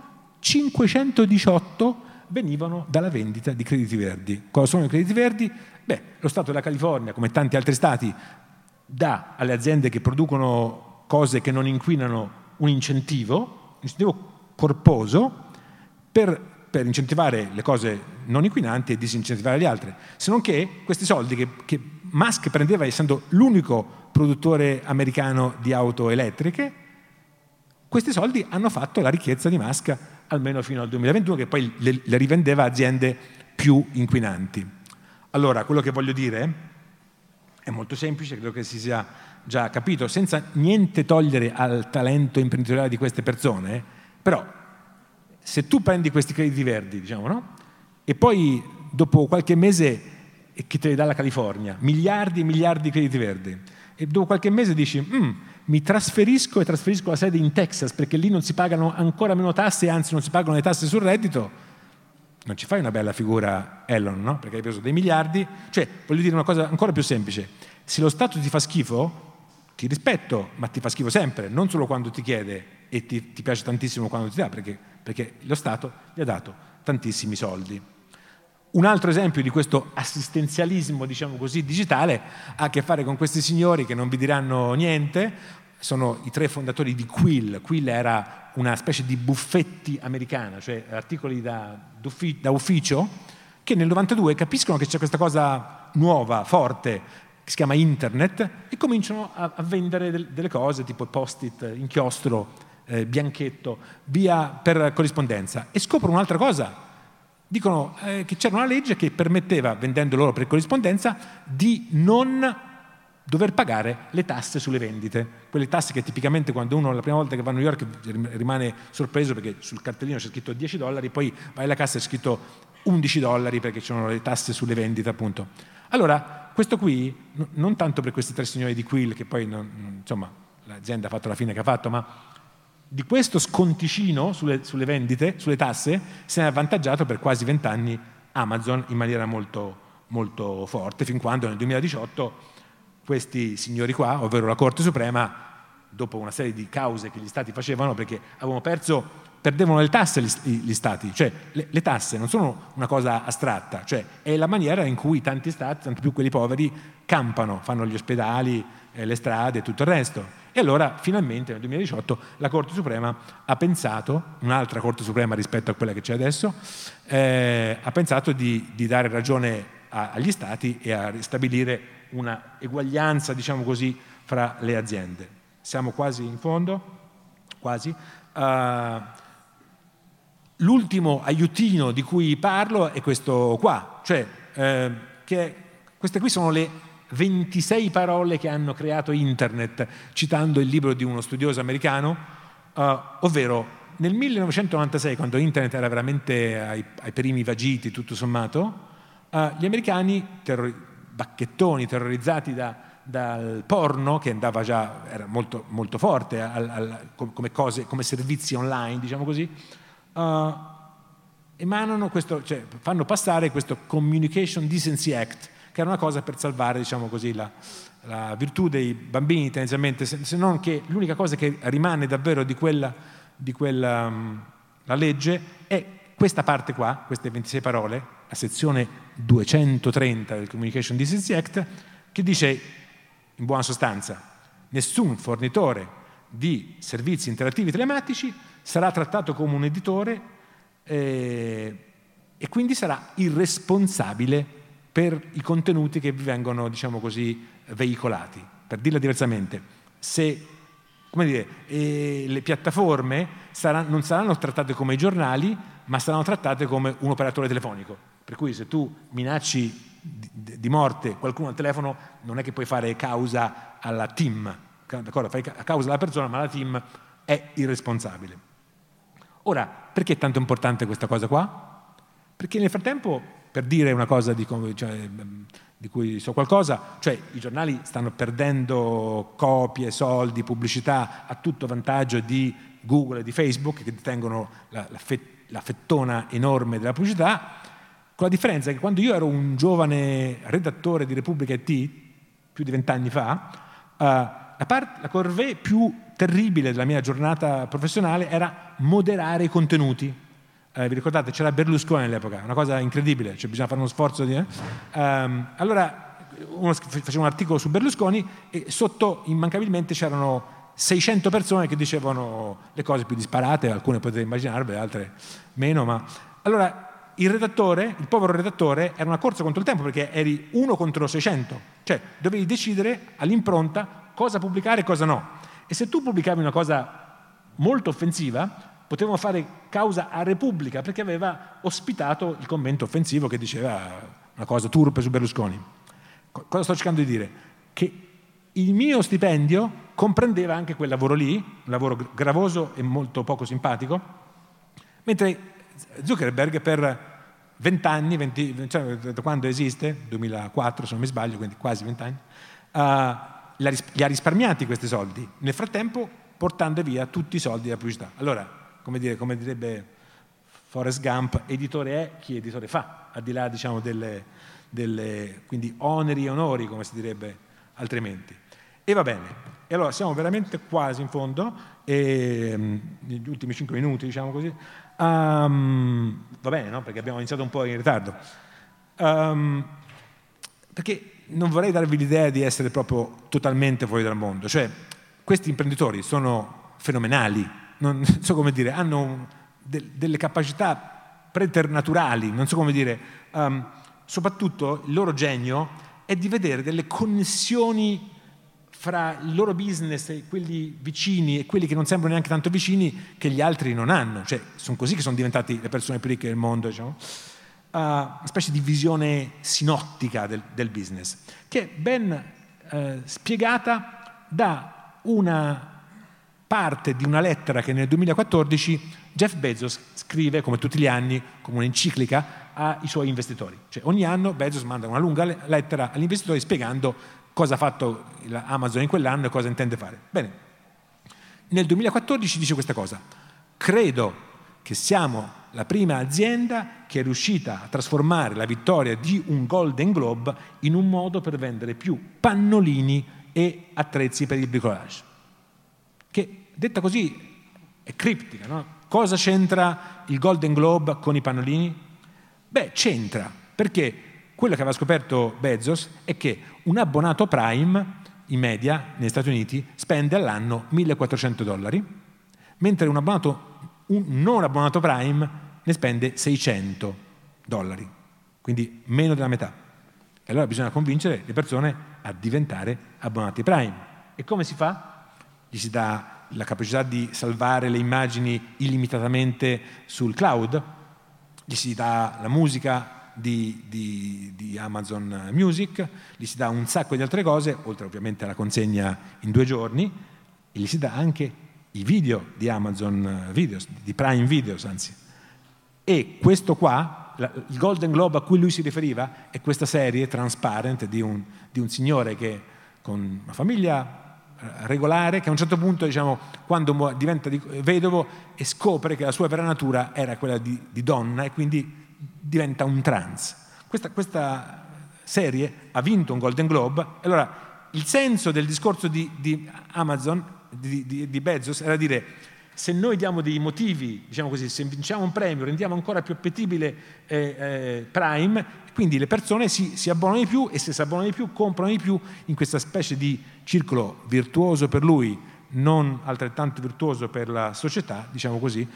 518 venivano dalla vendita di crediti verdi. Cosa sono i crediti verdi? Beh, lo Stato della California, come tanti altri stati, dà alle aziende che producono cose che non inquinano un incentivo corposo per incentivare le cose non inquinanti e disincentivare le altre. Se non che questi soldi che Musk prendeva essendo l'unico produttore americano di auto elettriche, questi soldi hanno fatto la ricchezza di Musk almeno fino al 2021, che poi le rivendeva a aziende più inquinanti. Allora, quello che voglio dire è molto semplice, credo che si sia già capito, senza niente togliere al talento imprenditoriale di queste persone, però se tu prendi questi crediti verdi, diciamo, no? E poi dopo qualche mese che te li dà la California, miliardi e miliardi di crediti verdi, e dopo qualche mese dici mi trasferisco la sede in Texas perché lì non si pagano ancora meno tasse, anzi non si pagano le tasse sul reddito, non ci fai una bella figura, Elon, no? Perché hai preso dei miliardi. Cioè, voglio dire una cosa ancora più semplice: se lo Stato ti fa schifo, ti rispetto, ma ti fa schifo sempre, non solo quando ti chiede e ti piace tantissimo quando ti dà, perché lo Stato gli ha dato tantissimi soldi. Un altro esempio di questo assistenzialismo, diciamo così, digitale ha a che fare con questi signori che non vi diranno niente. Sono i 3 fondatori di Quill. Quill era una specie di buffetti americana, cioè articoli da ufficio, che nel 92 capiscono che c'è questa cosa nuova, forte, che si chiama internet, e cominciano a vendere delle cose tipo post-it, inchiostro, bianchetto, via per corrispondenza. E scoprono un'altra cosa. Dicono che c'era una legge che permetteva, vendendo loro per corrispondenza, di non dover pagare le tasse sulle vendite. Quelle tasse che tipicamente quando uno la prima volta che va a New York rimane sorpreso perché sul cartellino c'è scritto $10, poi vai alla cassa e c'è scritto $11 perché ci sono le tasse sulle vendite, appunto. Allora, questo qui, non tanto per questi 3 signori di Quill, che poi, insomma, l'azienda ha fatto la fine che ha fatto, ma di questo sconticino sulle vendite, sulle tasse, se ne è avvantaggiato per quasi 20 anni Amazon in maniera molto, molto forte, fin quando nel 2018 questi signori qua, ovvero la Corte Suprema, dopo una serie di cause che gli stati facevano, perché perdevano le tasse gli stati, cioè le tasse non sono una cosa astratta, cioè è la maniera in cui tanti stati, tanto più quelli poveri, campano, fanno gli ospedali, le strade e tutto il resto. E allora finalmente nel 2018 la Corte Suprema ha pensato, un'altra Corte Suprema rispetto a quella che c'è adesso, ha pensato di dare ragione agli stati e a ristabilire una eguaglianza, diciamo così, fra le aziende. Siamo quasi in fondo, quasi. L'ultimo aiutino di cui parlo è questo qua, cioè che queste qui sono le 26 parole che hanno creato internet, citando il libro di uno studioso americano, ovvero nel 1996, quando internet era veramente ai primi vagiti, tutto sommato, gli americani, bacchettoni terrorizzati dal porno, che andava già, era molto, molto forte come servizi online, diciamo così, emanano questo, cioè fanno passare questo Communication Decency Act, che era una cosa per salvare, diciamo così, la virtù dei bambini tendenzialmente, se non che l'unica cosa che rimane davvero di quella la legge è questa parte qua, queste 26 parole, la sezione 230 del Communication Decency Act, che dice in buona sostanza: nessun fornitore di servizi interattivi telematici sarà trattato come un editore e quindi sarà irresponsabile per i contenuti che vi vengono, diciamo così, veicolati. Per dirla diversamente, se, come dire, le piattaforme non saranno trattate come i giornali, ma saranno trattate come un operatore telefonico. Per cui se tu minacci di morte qualcuno al telefono, non è che puoi fare causa alla team, d'accordo? Fai causa alla persona, ma la team è irresponsabile. Ora, perché è tanto importante questa cosa qua? Perché nel frattempo, per dire una cosa di cui so qualcosa, cioè i giornali stanno perdendo copie, soldi, pubblicità a tutto vantaggio di Google e di Facebook, che detengono la fettona enorme della pubblicità, con la differenza che quando io ero un giovane redattore di Repubblica IT, più di 20 anni fa, la corvée più terribile della mia giornata professionale era moderare i contenuti. Vi ricordate? C'era Berlusconi all'epoca, una cosa incredibile, cioè bisogna fare uno sforzo di... Allora uno faceva un articolo su Berlusconi e sotto immancabilmente c'erano 600 persone che dicevano le cose più disparate, alcune potete immaginarvele, altre meno, ma... Allora il povero redattore, era una corsa contro il tempo, perché eri 1 contro 600, cioè dovevi decidere all'impronta cosa pubblicare e cosa no. E se tu pubblicavi una cosa molto offensiva, potevano fare causa a Repubblica perché aveva ospitato il commento offensivo che diceva una cosa turpe su Berlusconi. Cosa sto cercando di dire? Che il mio stipendio comprendeva anche quel lavoro lì, un lavoro gravoso e molto poco simpatico, mentre Zuckerberg per 20 anni, cioè da quando esiste, 2004 se non mi sbaglio, quindi quasi 20 anni, li ha risparmiati questi soldi, nel frattempo portando via tutti i soldi della pubblicità. Allora, come direbbe Forrest Gump, editore è chi editore fa, al di là, diciamo, delle quindi oneri e onori, come si direbbe altrimenti. E va bene, e allora siamo veramente quasi in fondo, negli ultimi 5 minuti, diciamo così. Va bene, no? Perché abbiamo iniziato un po' in ritardo. Perché non vorrei darvi l'idea di essere proprio totalmente fuori dal mondo, cioè questi imprenditori sono fenomenali, non so come dire, hanno delle capacità preternaturali, non so come dire, soprattutto il loro genio è di vedere delle connessioni fra il loro business e quelli vicini e quelli che non sembrano neanche tanto vicini che gli altri non hanno, cioè sono così che sono diventati le persone più ricche del mondo, diciamo. Una specie di visione sinottica del business, che è ben spiegata da una parte di una lettera che nel 2014 Jeff Bezos scrive, come tutti gli anni, come un'enciclica ai suoi investitori. Cioè ogni anno Bezos manda una lunga lettera agli investitori spiegando cosa ha fatto Amazon in quell'anno e cosa intende fare. Bene, nel 2014 dice questa cosa: credo che siamo la prima azienda che è riuscita a trasformare la vittoria di un Golden Globe in un modo per vendere più pannolini e attrezzi per il bricolage. Che detta così è criptica, no? Cosa c'entra il Golden Globe con i pannolini? Beh, c'entra, perché quello che aveva scoperto Bezos è che un abbonato Prime in media negli Stati Uniti spende all'anno $1.400, mentre un non abbonato Prime ne spende $600, quindi meno della metà. E allora bisogna convincere le persone a diventare abbonati Prime. E come si fa? Gli si dà la capacità di salvare le immagini illimitatamente sul cloud, gli si dà la musica di Amazon Music, gli si dà un sacco di altre cose, oltre ovviamente alla consegna in 2 giorni, e gli si dà anche i video di Amazon Videos, di Prime Videos anzi. E questo qua, il Golden Globe a cui lui si riferiva, è questa serie Transparent di un signore che con una famiglia regolare, che a un certo punto, diciamo, quando diventa vedovo e scopre che la sua vera natura era quella di donna e quindi diventa un trans. Questa serie ha vinto un Golden Globe. Allora il senso del discorso di Amazon, di Bezos, era dire: se noi diamo dei motivi, diciamo così, se vinciamo un premio, rendiamo ancora più appetibile Prime, quindi le persone si abbonano di più, e se si abbonano di più comprano di più, in questa specie di circolo virtuoso per lui, non altrettanto virtuoso per la società, diciamo così,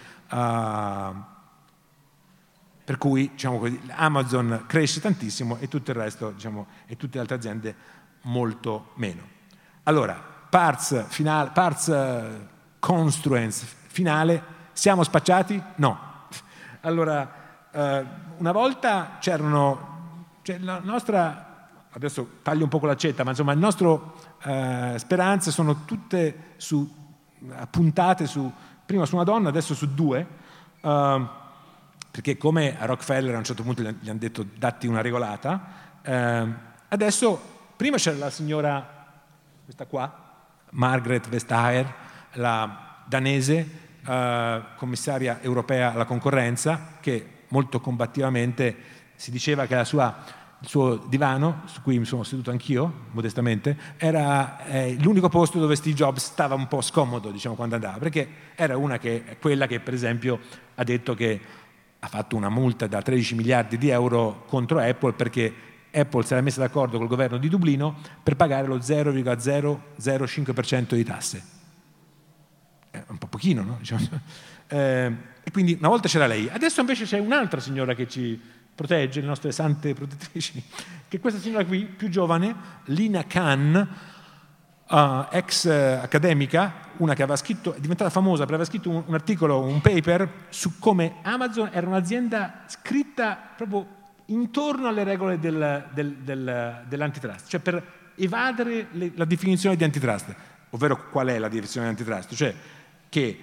per cui, diciamo così, Amazon cresce tantissimo e tutto il resto, diciamo, e tutte le altre aziende molto meno. Allora, parts construence finale, siamo spacciati? No. Allora, una volta la nostra, adesso taglio un po' con l'accetta, ma insomma, le nostre speranze sono tutte puntate prima su una donna, adesso su 2, perché come a Rockefeller a un certo punto gli hanno detto datti una regolata, adesso prima c'era la signora, questa qua, Margrethe Vestager, la danese commissaria europea alla concorrenza, che molto combattivamente si diceva che il suo divano, su cui mi sono seduto anch'io, modestamente, era l'unico posto dove Steve Jobs stava un po' scomodo, diciamo, quando andava, perché era quella che, per esempio, ha detto che ha fatto una multa da 13 miliardi di euro contro Apple perché Apple si era messa d'accordo col governo di Dublino per pagare lo 0,005% di tasse. È un po' pochino, no? Diciamo. E quindi una volta c'era lei, adesso invece c'è un'altra signora che ci protegge, le nostre sante protettrici, che è questa signora qui, più giovane, Lina Khan, ex accademica, una che aveva scritto, è diventata famosa per aver scritto un articolo, un paper su come Amazon era un'azienda scritta proprio intorno alle regole dell'antitrust, cioè per evadere la definizione di antitrust, ovvero qual è la definizione di antitrust, cioè che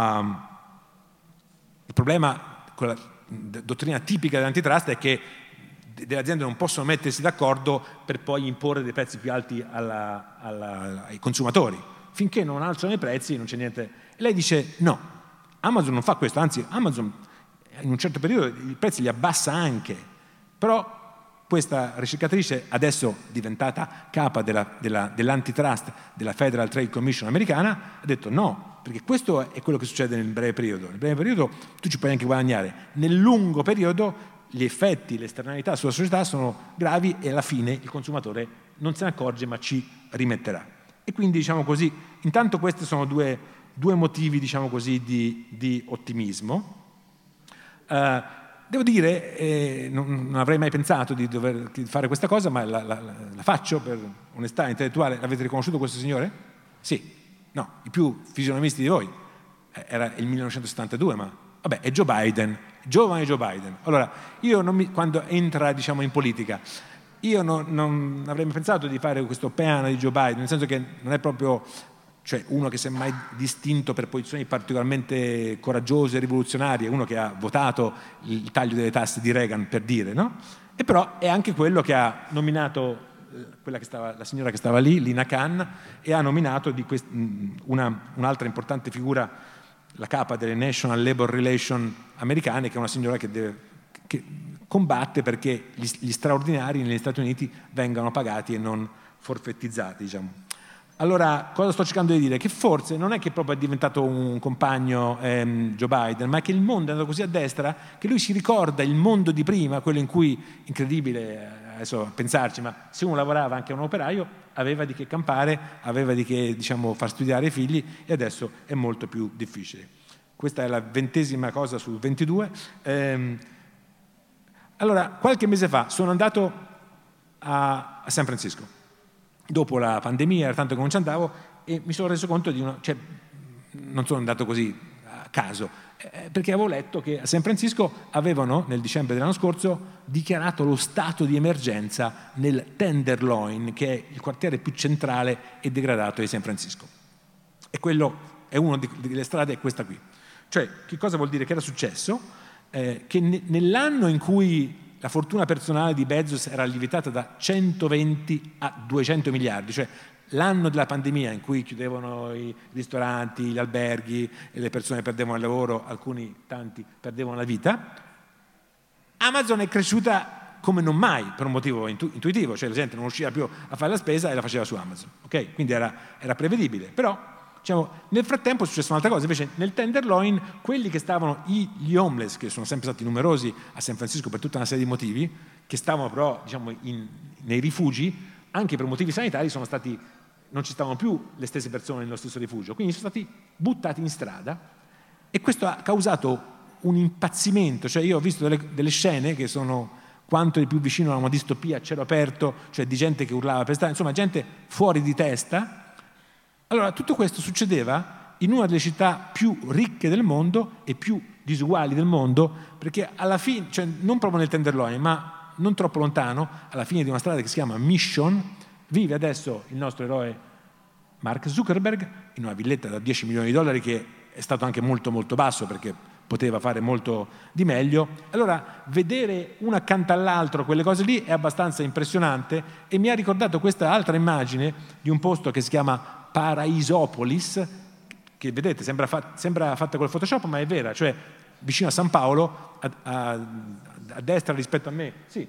il problema con la dottrina tipica dell'antitrust è che delle aziende non possono mettersi d'accordo per poi imporre dei prezzi più alti ai consumatori. Finché non alzano i prezzi non c'è niente. E lei dice no, Amazon non fa questo, anzi Amazon in un certo periodo i prezzi li abbassa anche, però questa ricercatrice, adesso diventata capa dell'antitrust della Federal Trade Commission americana, ha detto no, perché questo è quello che succede nel breve periodo. Nel breve periodo tu ci puoi anche guadagnare, nel lungo periodo gli effetti, le esternalità sulla società sono gravi e alla fine il consumatore non se ne accorge ma ci rimetterà. E quindi, diciamo così, intanto questi sono due motivi, diciamo così, di ottimismo. Devo dire, non avrei mai pensato di dover fare questa cosa, ma la faccio per onestà intellettuale. L'avete riconosciuto questo signore? Sì. No, i più fisionomisti di voi. Era il 1972, ma vabbè, è Joe Biden, giovane Joe Biden. Allora, quando entra, diciamo, in politica, io non avrei mai pensato di fare questo piano di Joe Biden, nel senso che non è proprio, cioè, uno che si è mai distinto per posizioni particolarmente coraggiose e rivoluzionarie, uno che ha votato il taglio delle tasse di Reagan, per dire, no? E però è anche quello che ha nominato la signora che stava lì, Lina Khan, e ha nominato un'altra importante figura, la capa delle National Labor Relations americane, che è una signora che combatte perché gli straordinari negli Stati Uniti vengano pagati e non forfettizzati, diciamo. Allora, cosa sto cercando di dire? Che forse non è che proprio è diventato un compagno Joe Biden, ma che il mondo è andato così a destra che lui si ricorda il mondo di prima, quello in cui, incredibile adesso pensarci, ma se uno lavorava anche un operaio, aveva di che campare, aveva di che, diciamo, far studiare i figli, e adesso è molto più difficile. Questa è la 20ª cosa su 22. Allora, qualche mese fa sono andato a San Francisco. Dopo la pandemia, era tanto che non ci andavo, e mi sono reso conto cioè, non sono andato così a caso, perché avevo letto che a San Francisco avevano, nel dicembre dell'anno scorso, dichiarato lo stato di emergenza nel Tenderloin, che è il quartiere più centrale e degradato di San Francisco. E quello è una delle strade, è questa qui. Cioè, che cosa vuol dire? Che era successo? Che nell'anno in cui la fortuna personale di Bezos era lievitata da 120 a 200 miliardi, cioè l'anno della pandemia in cui chiudevano i ristoranti, gli alberghi, e le persone perdevano il lavoro, tanti perdevano la vita, Amazon è cresciuta come non mai, per un motivo intuitivo, cioè la gente non riusciva più a fare la spesa e la faceva su Amazon, ok? Quindi era prevedibile, però diciamo, nel frattempo è successa un'altra cosa. Invece nel Tenderloin, quelli che stavano, gli homeless, che sono sempre stati numerosi a San Francisco per tutta una serie di motivi, che stavano però, diciamo, nei rifugi, anche per motivi sanitari, non ci stavano più le stesse persone nello stesso rifugio, quindi sono stati buttati in strada, e questo ha causato un impazzimento. Cioè, io ho visto delle scene che sono quanto di più vicino a una distopia a cielo aperto, cioè di gente che urlava per strada, insomma gente fuori di testa. Allora, tutto questo succedeva in una delle città più ricche del mondo e più disuguali del mondo, perché alla fine, cioè non proprio nel Tenderloin, ma non troppo lontano, alla fine di una strada che si chiama Mission, vive adesso il nostro eroe Mark Zuckerberg in una villetta da $10 milioni, che è stato anche molto molto basso perché poteva fare molto di meglio. Allora, vedere una accanto all'altro quelle cose lì è abbastanza impressionante, e mi ha ricordato questa altra immagine di un posto che si chiama Paraisopolis, che vedete sembra fatta col Photoshop, ma è vera, cioè vicino a San Paolo, a destra rispetto a me, sì,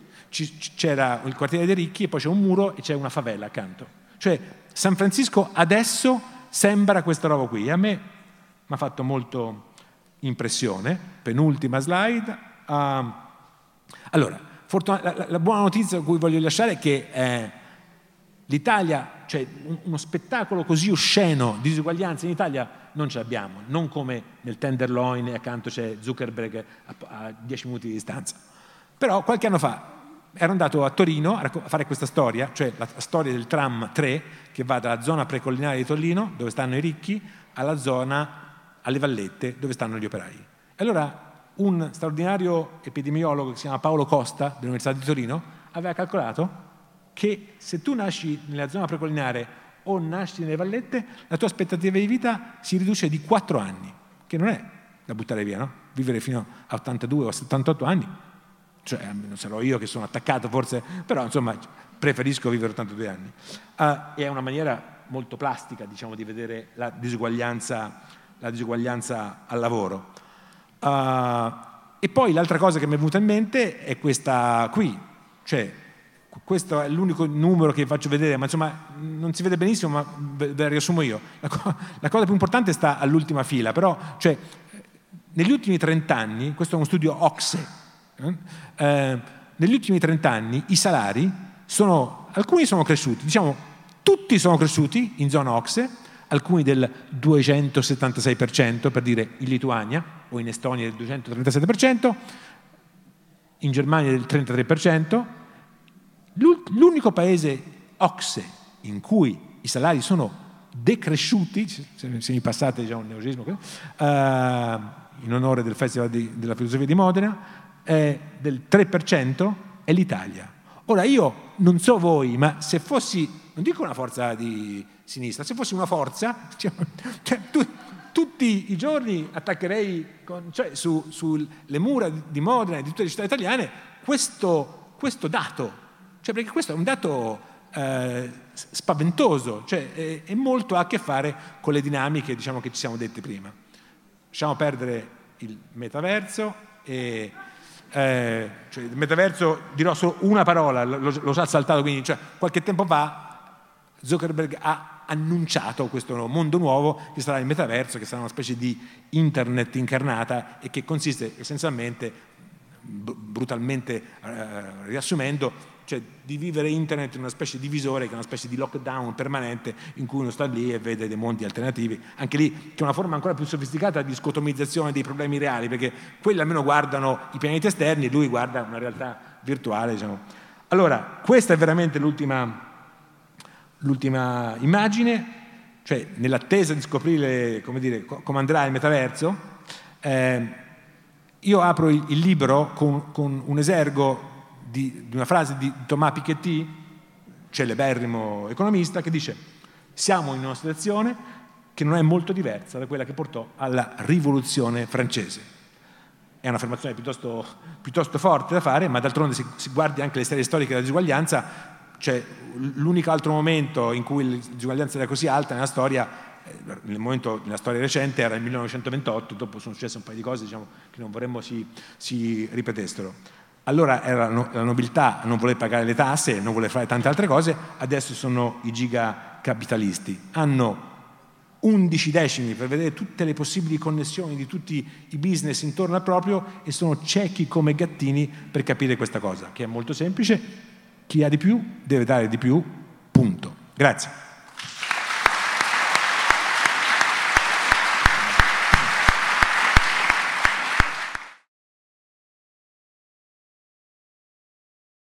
c'era il quartiere dei ricchi, e poi c'è un muro e c'è una favela accanto. Cioè San Francisco adesso sembra questa roba qui, e a me mi ha fatto molto impressione. Penultima slide. Allora, la buona notizia a cui voglio lasciare è che l'Italia, cioè uno spettacolo così osceno di disuguaglianza in Italia non ce l'abbiamo, non come nel Tenderloin e accanto c'è Zuckerberg a 10 minuti di distanza. Però qualche anno fa ero andato a Torino a fare questa storia, cioè la storia del tram 3 che va dalla zona precollinare di Torino, dove stanno i ricchi, alla zona, alle vallette, dove stanno gli operai. E allora un straordinario epidemiologo che si chiama Paolo Costa dell'Università di Torino aveva calcolato che se tu nasci nella zona precollinare o nasci nelle vallette, la tua aspettativa di vita si riduce di 4 anni, che non è da buttare via, no? Vivere fino a 82 o 78 anni, cioè non sarò io che sono attaccato forse, però insomma preferisco vivere 82 anni. È una maniera molto plastica, diciamo, di vedere la disuguaglianza al lavoro. E poi l'altra cosa che mi è venuta in mente è questa qui, cioè questo è l'unico numero che faccio vedere, ma insomma non si vede benissimo, ma ve la riassumo io. La cosa più importante sta all'ultima fila, però, cioè, negli ultimi 30 anni, questo è uno studio OCSE, Negli ultimi 30 anni i salari alcuni sono cresciuti, diciamo tutti sono cresciuti in zona OCSE, alcuni del 276%, per dire in Lituania, o in Estonia del 237%, in Germania del 33%. L'unico paese OCSE in cui i salari sono decresciuti, se mi passate un neologismo, in onore del Festival della Filosofia di Modena, del 3%, è l'Italia. Ora io non so voi, ma se fossi, non dico una forza di sinistra, se fossi una forza, tutti i giorni attaccherei sulle mura di Modena e di tutte le città italiane questo dato, perché questo è un dato spaventoso, e molto ha a che fare con le dinamiche, che ci siamo detti prima. Lasciamo perdere il metaverso il metaverso, dirò solo una parola, l'ho già saltato, quindi qualche tempo fa Zuckerberg ha annunciato questo mondo nuovo che sarà il metaverso, che sarà una specie di internet incarnata e che consiste essenzialmente, brutalmente riassumendo, di vivere internet in una specie di visore, che è una specie di lockdown permanente in cui uno sta lì e vede dei mondi alternativi. Anche lì c'è una forma ancora più sofisticata di scotomizzazione dei problemi reali, perché quelli almeno guardano i pianeti esterni e lui guarda una realtà virtuale, Allora, questa è veramente l'ultima immagine, nell'attesa di scoprire come andrà il metaverso. Io apro il libro con un esergo di una frase di Thomas Piketty, celeberrimo economista, che dice: siamo in una situazione che non è molto diversa da quella che portò alla rivoluzione francese. È un'affermazione piuttosto forte da fare, ma d'altronde si guardi anche le serie storiche della disuguaglianza, l'unico altro momento in cui la disuguaglianza era così alta nella storia, nella storia recente, era il 1928, dopo sono successe un paio di cose che non vorremmo si ripetessero. Allora era la nobiltà a non voler pagare le tasse e non voler fare tante altre cose, adesso sono i gigacapitalisti. Hanno 11 decimi per vedere tutte le possibili connessioni di tutti i business intorno al proprio e sono ciechi come gattini per capire questa cosa, che è molto semplice: chi ha di più deve dare di più, punto. Grazie.